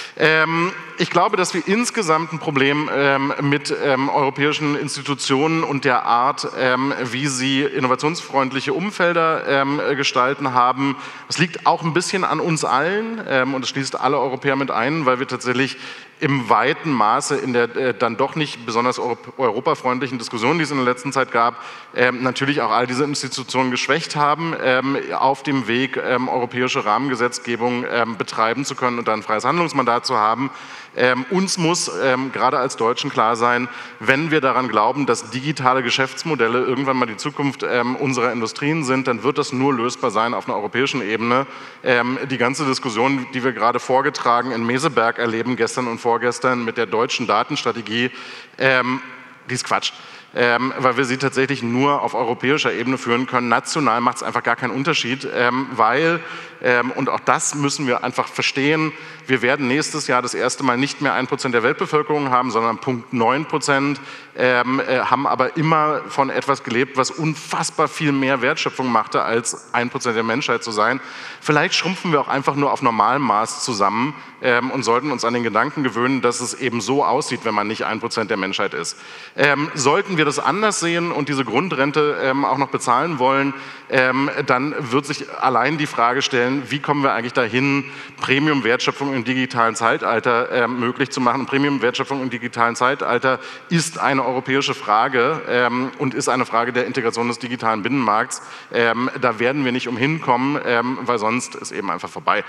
Ähm, ich glaube, dass wir insgesamt ein Problem ähm, mit ähm, europäischen Institutionen und der Art, ähm, wie sie innovationsfreundliche Umfelder ähm, gestalten haben. Es liegt auch ein bisschen an uns allen ähm, und es schließt alle Europäer mit ein, weil wir tatsächlich im weiten Maße in der äh, dann doch nicht besonders europ- europafreundlichen Diskussion, die es in der letzten Zeit gab, ähm, natürlich auch all diese Institutionen geschwächt haben, ähm, auf dem Weg, ähm, europäische Rahmengesetzgebung ähm, betreiben zu können und dann ein freies Handlungsmandat zu haben. Ähm, uns muss ähm, gerade als Deutschen klar sein, wenn wir daran glauben, dass digitale Geschäftsmodelle irgendwann mal die Zukunft ähm, unserer Industrien sind, dann wird das nur lösbar sein auf einer europäischen Ebene. Ähm, die ganze Diskussion, die wir gerade vorgetragen in Meseberg erleben, gestern und vorgestern mit der deutschen Datenstrategie, ähm, die ist Quatsch. Ähm, weil wir sie tatsächlich nur auf europäischer Ebene führen können. National macht es einfach gar keinen Unterschied, ähm, weil, ähm, und auch das müssen wir einfach verstehen, wir werden nächstes Jahr das erste Mal nicht mehr ein Prozent der Weltbevölkerung haben, sondern Zehn Komma neun Prozent, ähm, äh, haben aber immer von etwas gelebt, was unfassbar viel mehr Wertschöpfung machte, als ein Prozent der Menschheit zu sein. Vielleicht schrumpfen wir auch einfach nur auf normalem Maß zusammen ähm, und sollten uns an den Gedanken gewöhnen, dass es eben so aussieht, wenn man nicht ein Prozent der Menschheit ist. Ähm, sollten wir wir das anders sehen und diese Grundrente ähm, auch noch bezahlen wollen, ähm, dann wird sich allein die Frage stellen, wie kommen wir eigentlich dahin, Premium-Wertschöpfung im digitalen Zeitalter ähm, möglich zu machen. Premium-Wertschöpfung im digitalen Zeitalter ist eine europäische Frage ähm, und ist eine Frage der Integration des digitalen Binnenmarkts. Ähm, da werden wir nicht umhin kommen, ähm, weil sonst ist eben einfach vorbei.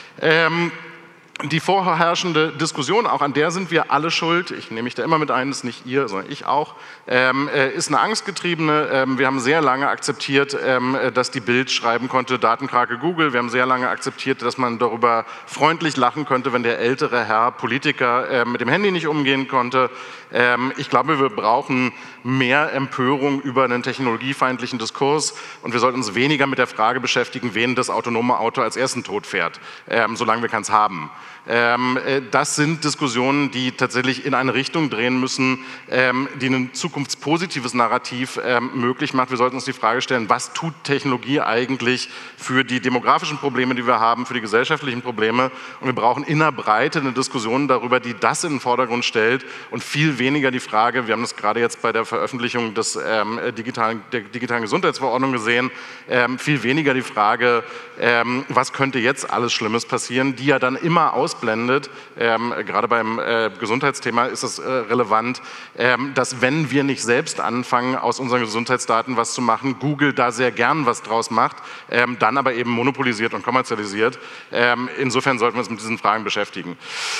Ähm, Die vorherrschende Diskussion, auch an der sind wir alle schuld, ich nehme mich da immer mit ein, das ist nicht ihr, sondern ich auch, ähm, ist eine angstgetriebene. Ähm, wir haben sehr lange akzeptiert, ähm, dass die Bild schreiben konnte, Datenkrake Google. Wir haben sehr lange akzeptiert, dass man darüber freundlich lachen könnte, wenn der ältere Herr Politiker äh, mit dem Handy nicht umgehen konnte. Ähm, ich glaube, wir brauchen mehr Empörung über einen technologiefeindlichen Diskurs und wir sollten uns weniger mit der Frage beschäftigen, wen das autonome Auto als ersten tot fährt, ähm, solange wir keins haben. Ähm, äh, das sind Diskussionen, die tatsächlich in eine Richtung drehen müssen, ähm, die ein zukunftspositives Narrativ ähm, möglich macht. Wir sollten uns die Frage stellen, was tut Technologie eigentlich für die demografischen Probleme, die wir haben, für die gesellschaftlichen Probleme? Und wir brauchen in der Breite eine Diskussion darüber, die das in den Vordergrund stellt und viel weniger die Frage, wir haben das gerade jetzt bei der Veröffentlichung des, ähm, digitalen, der digitalen Gesundheitsverordnung gesehen, ähm, viel weniger die Frage, ähm, was könnte jetzt alles Schlimmes passieren, die ja dann immer ausblendet, ähm, gerade beim äh, Gesundheitsthema ist es äh, relevant, ähm, dass wenn wir nicht selbst anfangen, aus unseren Gesundheitsdaten was zu machen, Google da sehr gern was draus macht, ähm, dann aber eben monopolisiert und kommerzialisiert. Ähm, insofern sollten wir uns mit diesen Fragen beschäftigen.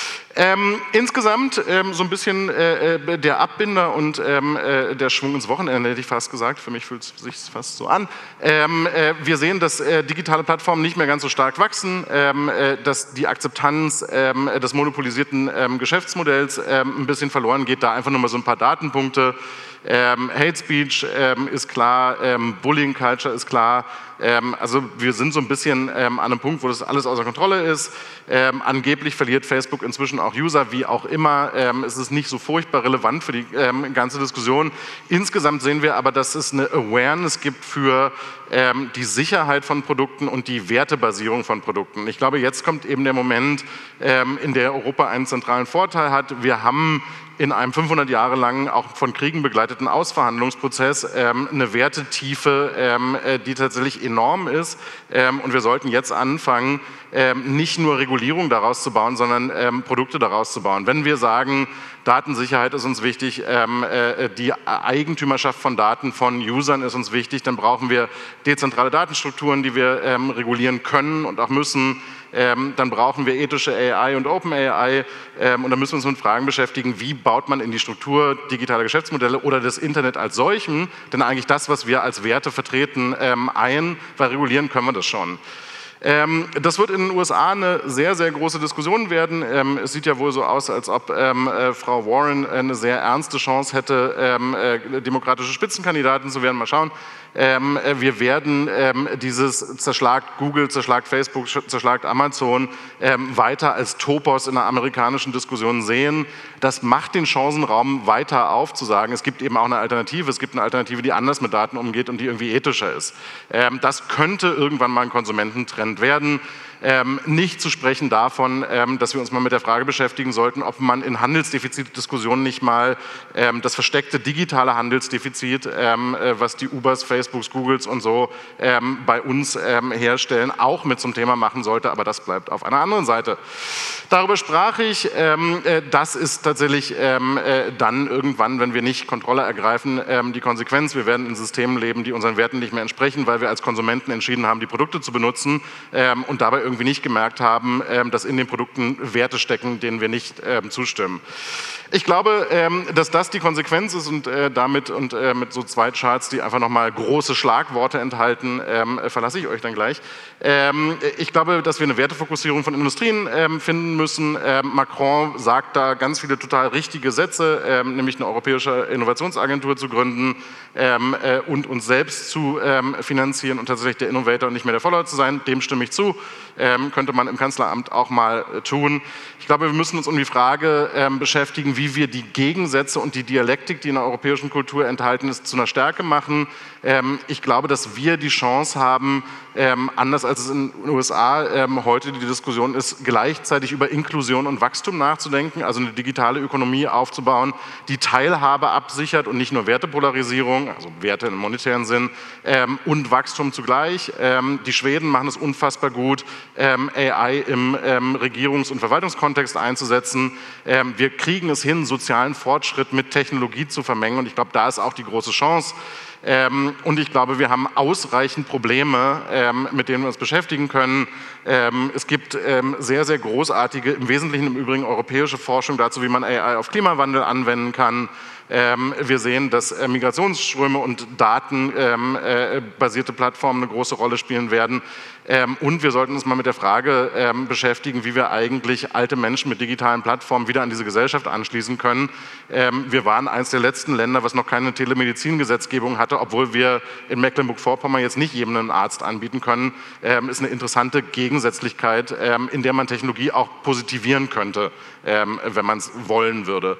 Ähm, insgesamt ähm, so ein bisschen äh, der Abbinder und ähm, äh, der Schwung ins Wochenende, hätte ich fast gesagt, für mich fühlt es sich fast so an. Ähm, äh, wir sehen, dass äh, digitale Plattformen nicht mehr ganz so stark wachsen, ähm, äh, dass die Akzeptanz ähm, des monopolisierten ähm, Geschäftsmodells ähm, ein bisschen verloren geht, da einfach nur mal so ein paar Datenpunkte. Ähm, Hate Speech ähm, ist klar, ähm, Bullying Culture ist klar, ähm, also wir sind so ein bisschen ähm, an einem Punkt, wo das alles außer Kontrolle ist. Ähm, angeblich verliert Facebook inzwischen auch User, wie auch immer. Ähm, es ist nicht so furchtbar relevant für die ähm, ganze Diskussion. Insgesamt sehen wir aber, dass es eine Awareness gibt für ähm, die Sicherheit von Produkten und die Wertebasierung von Produkten. Ich glaube, jetzt kommt eben der Moment, ähm, in der Europa einen zentralen Vorteil hat. Wir haben in einem fünfhundert Jahre langen, auch von Kriegen begleiteten Ausverhandlungsprozess ähm, eine Wertetiefe, ähm, die tatsächlich enorm ist. Ähm, und wir sollten jetzt anfangen, ähm, nicht nur Regulierung daraus zu bauen, sondern ähm, Produkte daraus zu bauen. Wenn wir sagen, Datensicherheit ist uns wichtig, ähm, äh, die Eigentümerschaft von Daten von Usern ist uns wichtig, dann brauchen wir dezentrale Datenstrukturen, die wir ähm, regulieren können und auch müssen. Ähm, dann brauchen wir ethische A I und Open A I ähm, und dann müssen wir uns mit Fragen beschäftigen, wie baut man in die Struktur digitale Geschäftsmodelle oder das Internet als solchen, denn eigentlich das, was wir als Werte vertreten, ähm, ein, weil regulieren können wir das schon. Ähm, das wird in den U S A eine sehr, sehr große Diskussion werden. Ähm, es sieht ja wohl so aus, als ob ähm, äh, Frau Warren eine sehr ernste Chance hätte, ähm, äh, demokratische Spitzenkandidatin zu werden. Mal schauen. Ähm, äh, wir werden ähm, dieses zerschlagt Google, zerschlagt Facebook, zerschlagt Amazon ähm, weiter als Topos in der amerikanischen Diskussion sehen. Das macht den Chancenraum weiter auf, zu sagen, es gibt eben auch eine Alternative. Es gibt eine Alternative, die anders mit Daten umgeht und die irgendwie ethischer ist. Ähm, das könnte irgendwann mal ein Konsumententrend werden. Ähm, nicht zu sprechen davon, ähm, dass wir uns mal mit der Frage beschäftigen sollten, ob man in Handelsdefizitdiskussionen nicht mal ähm, das versteckte digitale Handelsdefizit, ähm, äh, was die Ubers, Facebooks, Googles und so ähm, bei uns ähm, herstellen, auch mit zum Thema machen sollte, aber das bleibt auf einer anderen Seite. Darüber sprach ich, ähm, äh, das ist tatsächlich ähm, äh, dann irgendwann, wenn wir nicht Kontrolle ergreifen, ähm, die Konsequenz. Wir werden in Systemen leben, die unseren Werten nicht mehr entsprechen, weil wir als Konsumenten entschieden haben, die Produkte zu benutzen ähm, und dabei irgendwie nicht gemerkt haben, ähm, dass in den Produkten Werte stecken, denen wir nicht ähm, zustimmen. Ich glaube, ähm, dass das die Konsequenz ist und äh, damit und äh, mit so zwei Charts, die einfach nochmal große Schlagworte enthalten, ähm, verlasse ich euch dann gleich. Ähm, ich glaube, dass wir eine Wertefokussierung von Industrien ähm, finden müssen. Ähm, Macron sagt da ganz viele total richtige Sätze, ähm, nämlich eine europäische Innovationsagentur zu gründen ähm, äh, und uns selbst zu ähm, finanzieren und tatsächlich der Innovator und nicht mehr der Follower zu sein. Dem stimme ich zu. Ähm, könnte man im Kanzleramt auch mal äh, tun. Ich glaube, wir müssen uns um die Frage ähm, beschäftigen, wie wir die Gegensätze und die Dialektik, die in der europäischen Kultur enthalten ist, zu einer Stärke machen. Ähm, ich glaube, dass wir die Chance haben, ähm, anders als es in den U S A ähm, heute die Diskussion ist, gleichzeitig über Inklusion und Wachstum nachzudenken, also eine digitale Ökonomie aufzubauen, die Teilhabe absichert und nicht nur Wertepolarisierung, also Werte im monetären Sinn, ähm, und Wachstum zugleich. Ähm, die Schweden machen es unfassbar gut, ähm, A I im ähm, Regierungs- und Verwaltungskontext einzusetzen. Ähm, wir kriegen es hin, sozialen Fortschritt mit Technologie zu vermengen, und ich glaube, da ist auch die große Chance. Ähm, und ich glaube, wir haben ausreichend Probleme, ähm, mit denen wir uns beschäftigen können. Ähm, es gibt ähm, sehr, sehr großartige, im Wesentlichen im Übrigen europäische Forschung dazu, wie man A I auf Klimawandel anwenden kann. Ähm, wir sehen, dass äh, Migrationsströme und datenbasierte ähm, äh, Plattformen eine große Rolle spielen werden. Ähm, und wir sollten uns mal mit der Frage ähm, beschäftigen, wie wir eigentlich alte Menschen mit digitalen Plattformen wieder an diese Gesellschaft anschließen können. Ähm, wir waren eines der letzten Länder, was noch keine Telemedizingesetzgebung hatte, obwohl wir in Mecklenburg-Vorpommern jetzt nicht jedem einen Arzt anbieten können. Ähm, ist eine interessante Gegensätzlichkeit, ähm, in der man Technologie auch positivieren könnte, ähm, wenn man es wollen würde.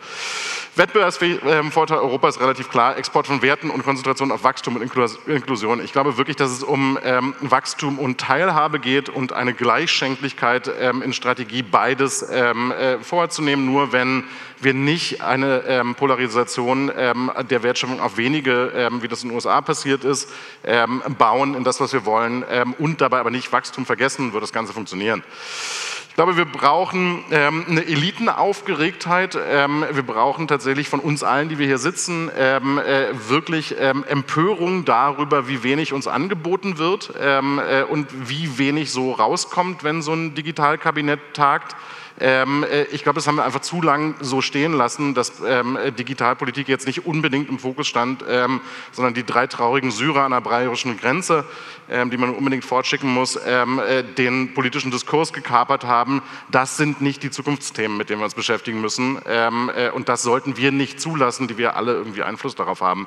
Wettbewerbsvorteil Europas ist relativ klar, Export von Werten und Konzentration auf Wachstum und Inklusion. Ich glaube wirklich, dass es um ähm, Wachstum und Teilhabe geht und eine Gleichschenklichkeit ähm, in Strategie, beides ähm, äh, vorzunehmen. Nur wenn wir nicht eine ähm, Polarisation ähm, der Wertschöpfung auf wenige, ähm, wie das in den U S A passiert ist, ähm, bauen in das, was wir wollen, ähm, und dabei aber nicht Wachstum vergessen, wird das Ganze funktionieren. Ich glaube, wir brauchen ähm, eine Elitenaufgeregtheit. Ähm, wir brauchen tatsächlich von uns allen, die wir hier sitzen, ähm, äh, wirklich ähm, Empörung darüber, wie wenig uns angeboten wird ähm, äh, und wie wenig so rauskommt, wenn so ein Digitalkabinett tagt. Ähm, äh, ich glaube, das haben wir einfach zu lang so stehen lassen, dass ähm, Digitalpolitik jetzt nicht unbedingt im Fokus stand, ähm, sondern die drei traurigen Syrer an der bayerischen Grenze, ähm, die man unbedingt fortschicken muss, ähm, äh, den politischen Diskurs gekapert haben. Das sind nicht die Zukunftsthemen, mit denen wir uns beschäftigen müssen, ähm, äh, und das sollten wir nicht zulassen, die wir alle irgendwie Einfluss darauf haben.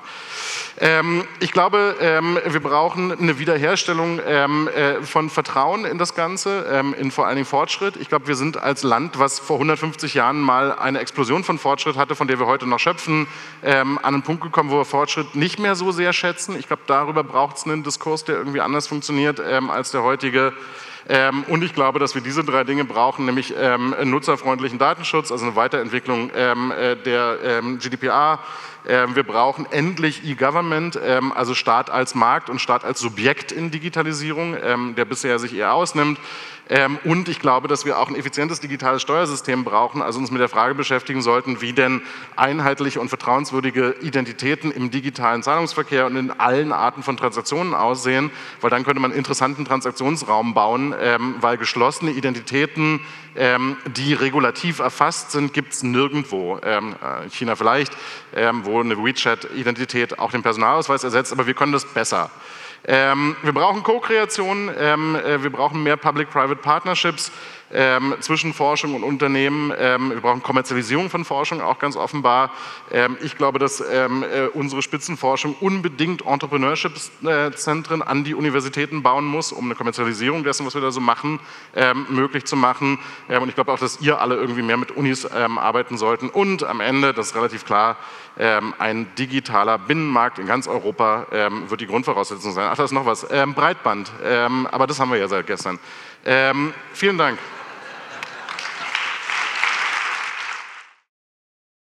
Ähm, ich glaube, ähm, wir brauchen eine Wiederherstellung ähm, äh, von Vertrauen in das Ganze, ähm, in vor allen Dingen Fortschritt. Ich glaube, wir sind als Land, was vor hundertfünfzig Jahren mal eine Explosion von Fortschritt hatte, von der wir heute noch schöpfen, ähm, an einen Punkt gekommen, wo wir Fortschritt nicht mehr so sehr schätzen. Ich glaube, darüber braucht es einen Diskurs, der irgendwie anders funktioniert ähm, als der heutige. Ähm, und ich glaube, dass wir diese drei Dinge brauchen, nämlich ähm, nutzerfreundlichen Datenschutz, also eine Weiterentwicklung ähm, äh, der ähm, G D P R. Ähm, wir brauchen endlich E-Government, ähm, also Staat als Markt und Staat als Subjekt in Digitalisierung, ähm, der bisher sich eher ausnimmt. Ähm, und ich glaube, dass wir auch ein effizientes digitales Steuersystem brauchen, also uns mit der Frage beschäftigen sollten, wie denn einheitliche und vertrauenswürdige Identitäten im digitalen Zahlungsverkehr und in allen Arten von Transaktionen aussehen, weil dann könnte man einen interessanten Transaktionsraum bauen, ähm, weil geschlossene Identitäten, ähm, die regulativ erfasst sind, gibt es nirgendwo. Ähm, in China vielleicht, ähm, wo eine WeChat-Identität auch den Personalausweis ersetzt, aber wir können das besser. Ähm, wir brauchen Co-Kreation, ähm, äh, wir brauchen mehr Public-Private Partnerships ähm, zwischen Forschung und Unternehmen. Ähm, wir brauchen Kommerzialisierung von Forschung, auch ganz offenbar. Ähm, ich glaube, dass ähm, äh, unsere Spitzenforschung unbedingt Entrepreneurship-Zentren an die Universitäten bauen muss, um eine Kommerzialisierung dessen, was wir da so machen, ähm, möglich zu machen. Ähm, und ich glaube auch, dass ihr alle irgendwie mehr mit Unis ähm, arbeiten sollten. Und am Ende, das ist relativ klar, ähm, ein digitaler Binnenmarkt in ganz Europa ähm, wird die Grundvoraussetzung sein. Ach, da ist noch was. Ähm, Breitband, ähm, aber das haben wir ja seit gestern. Ähm, vielen Dank.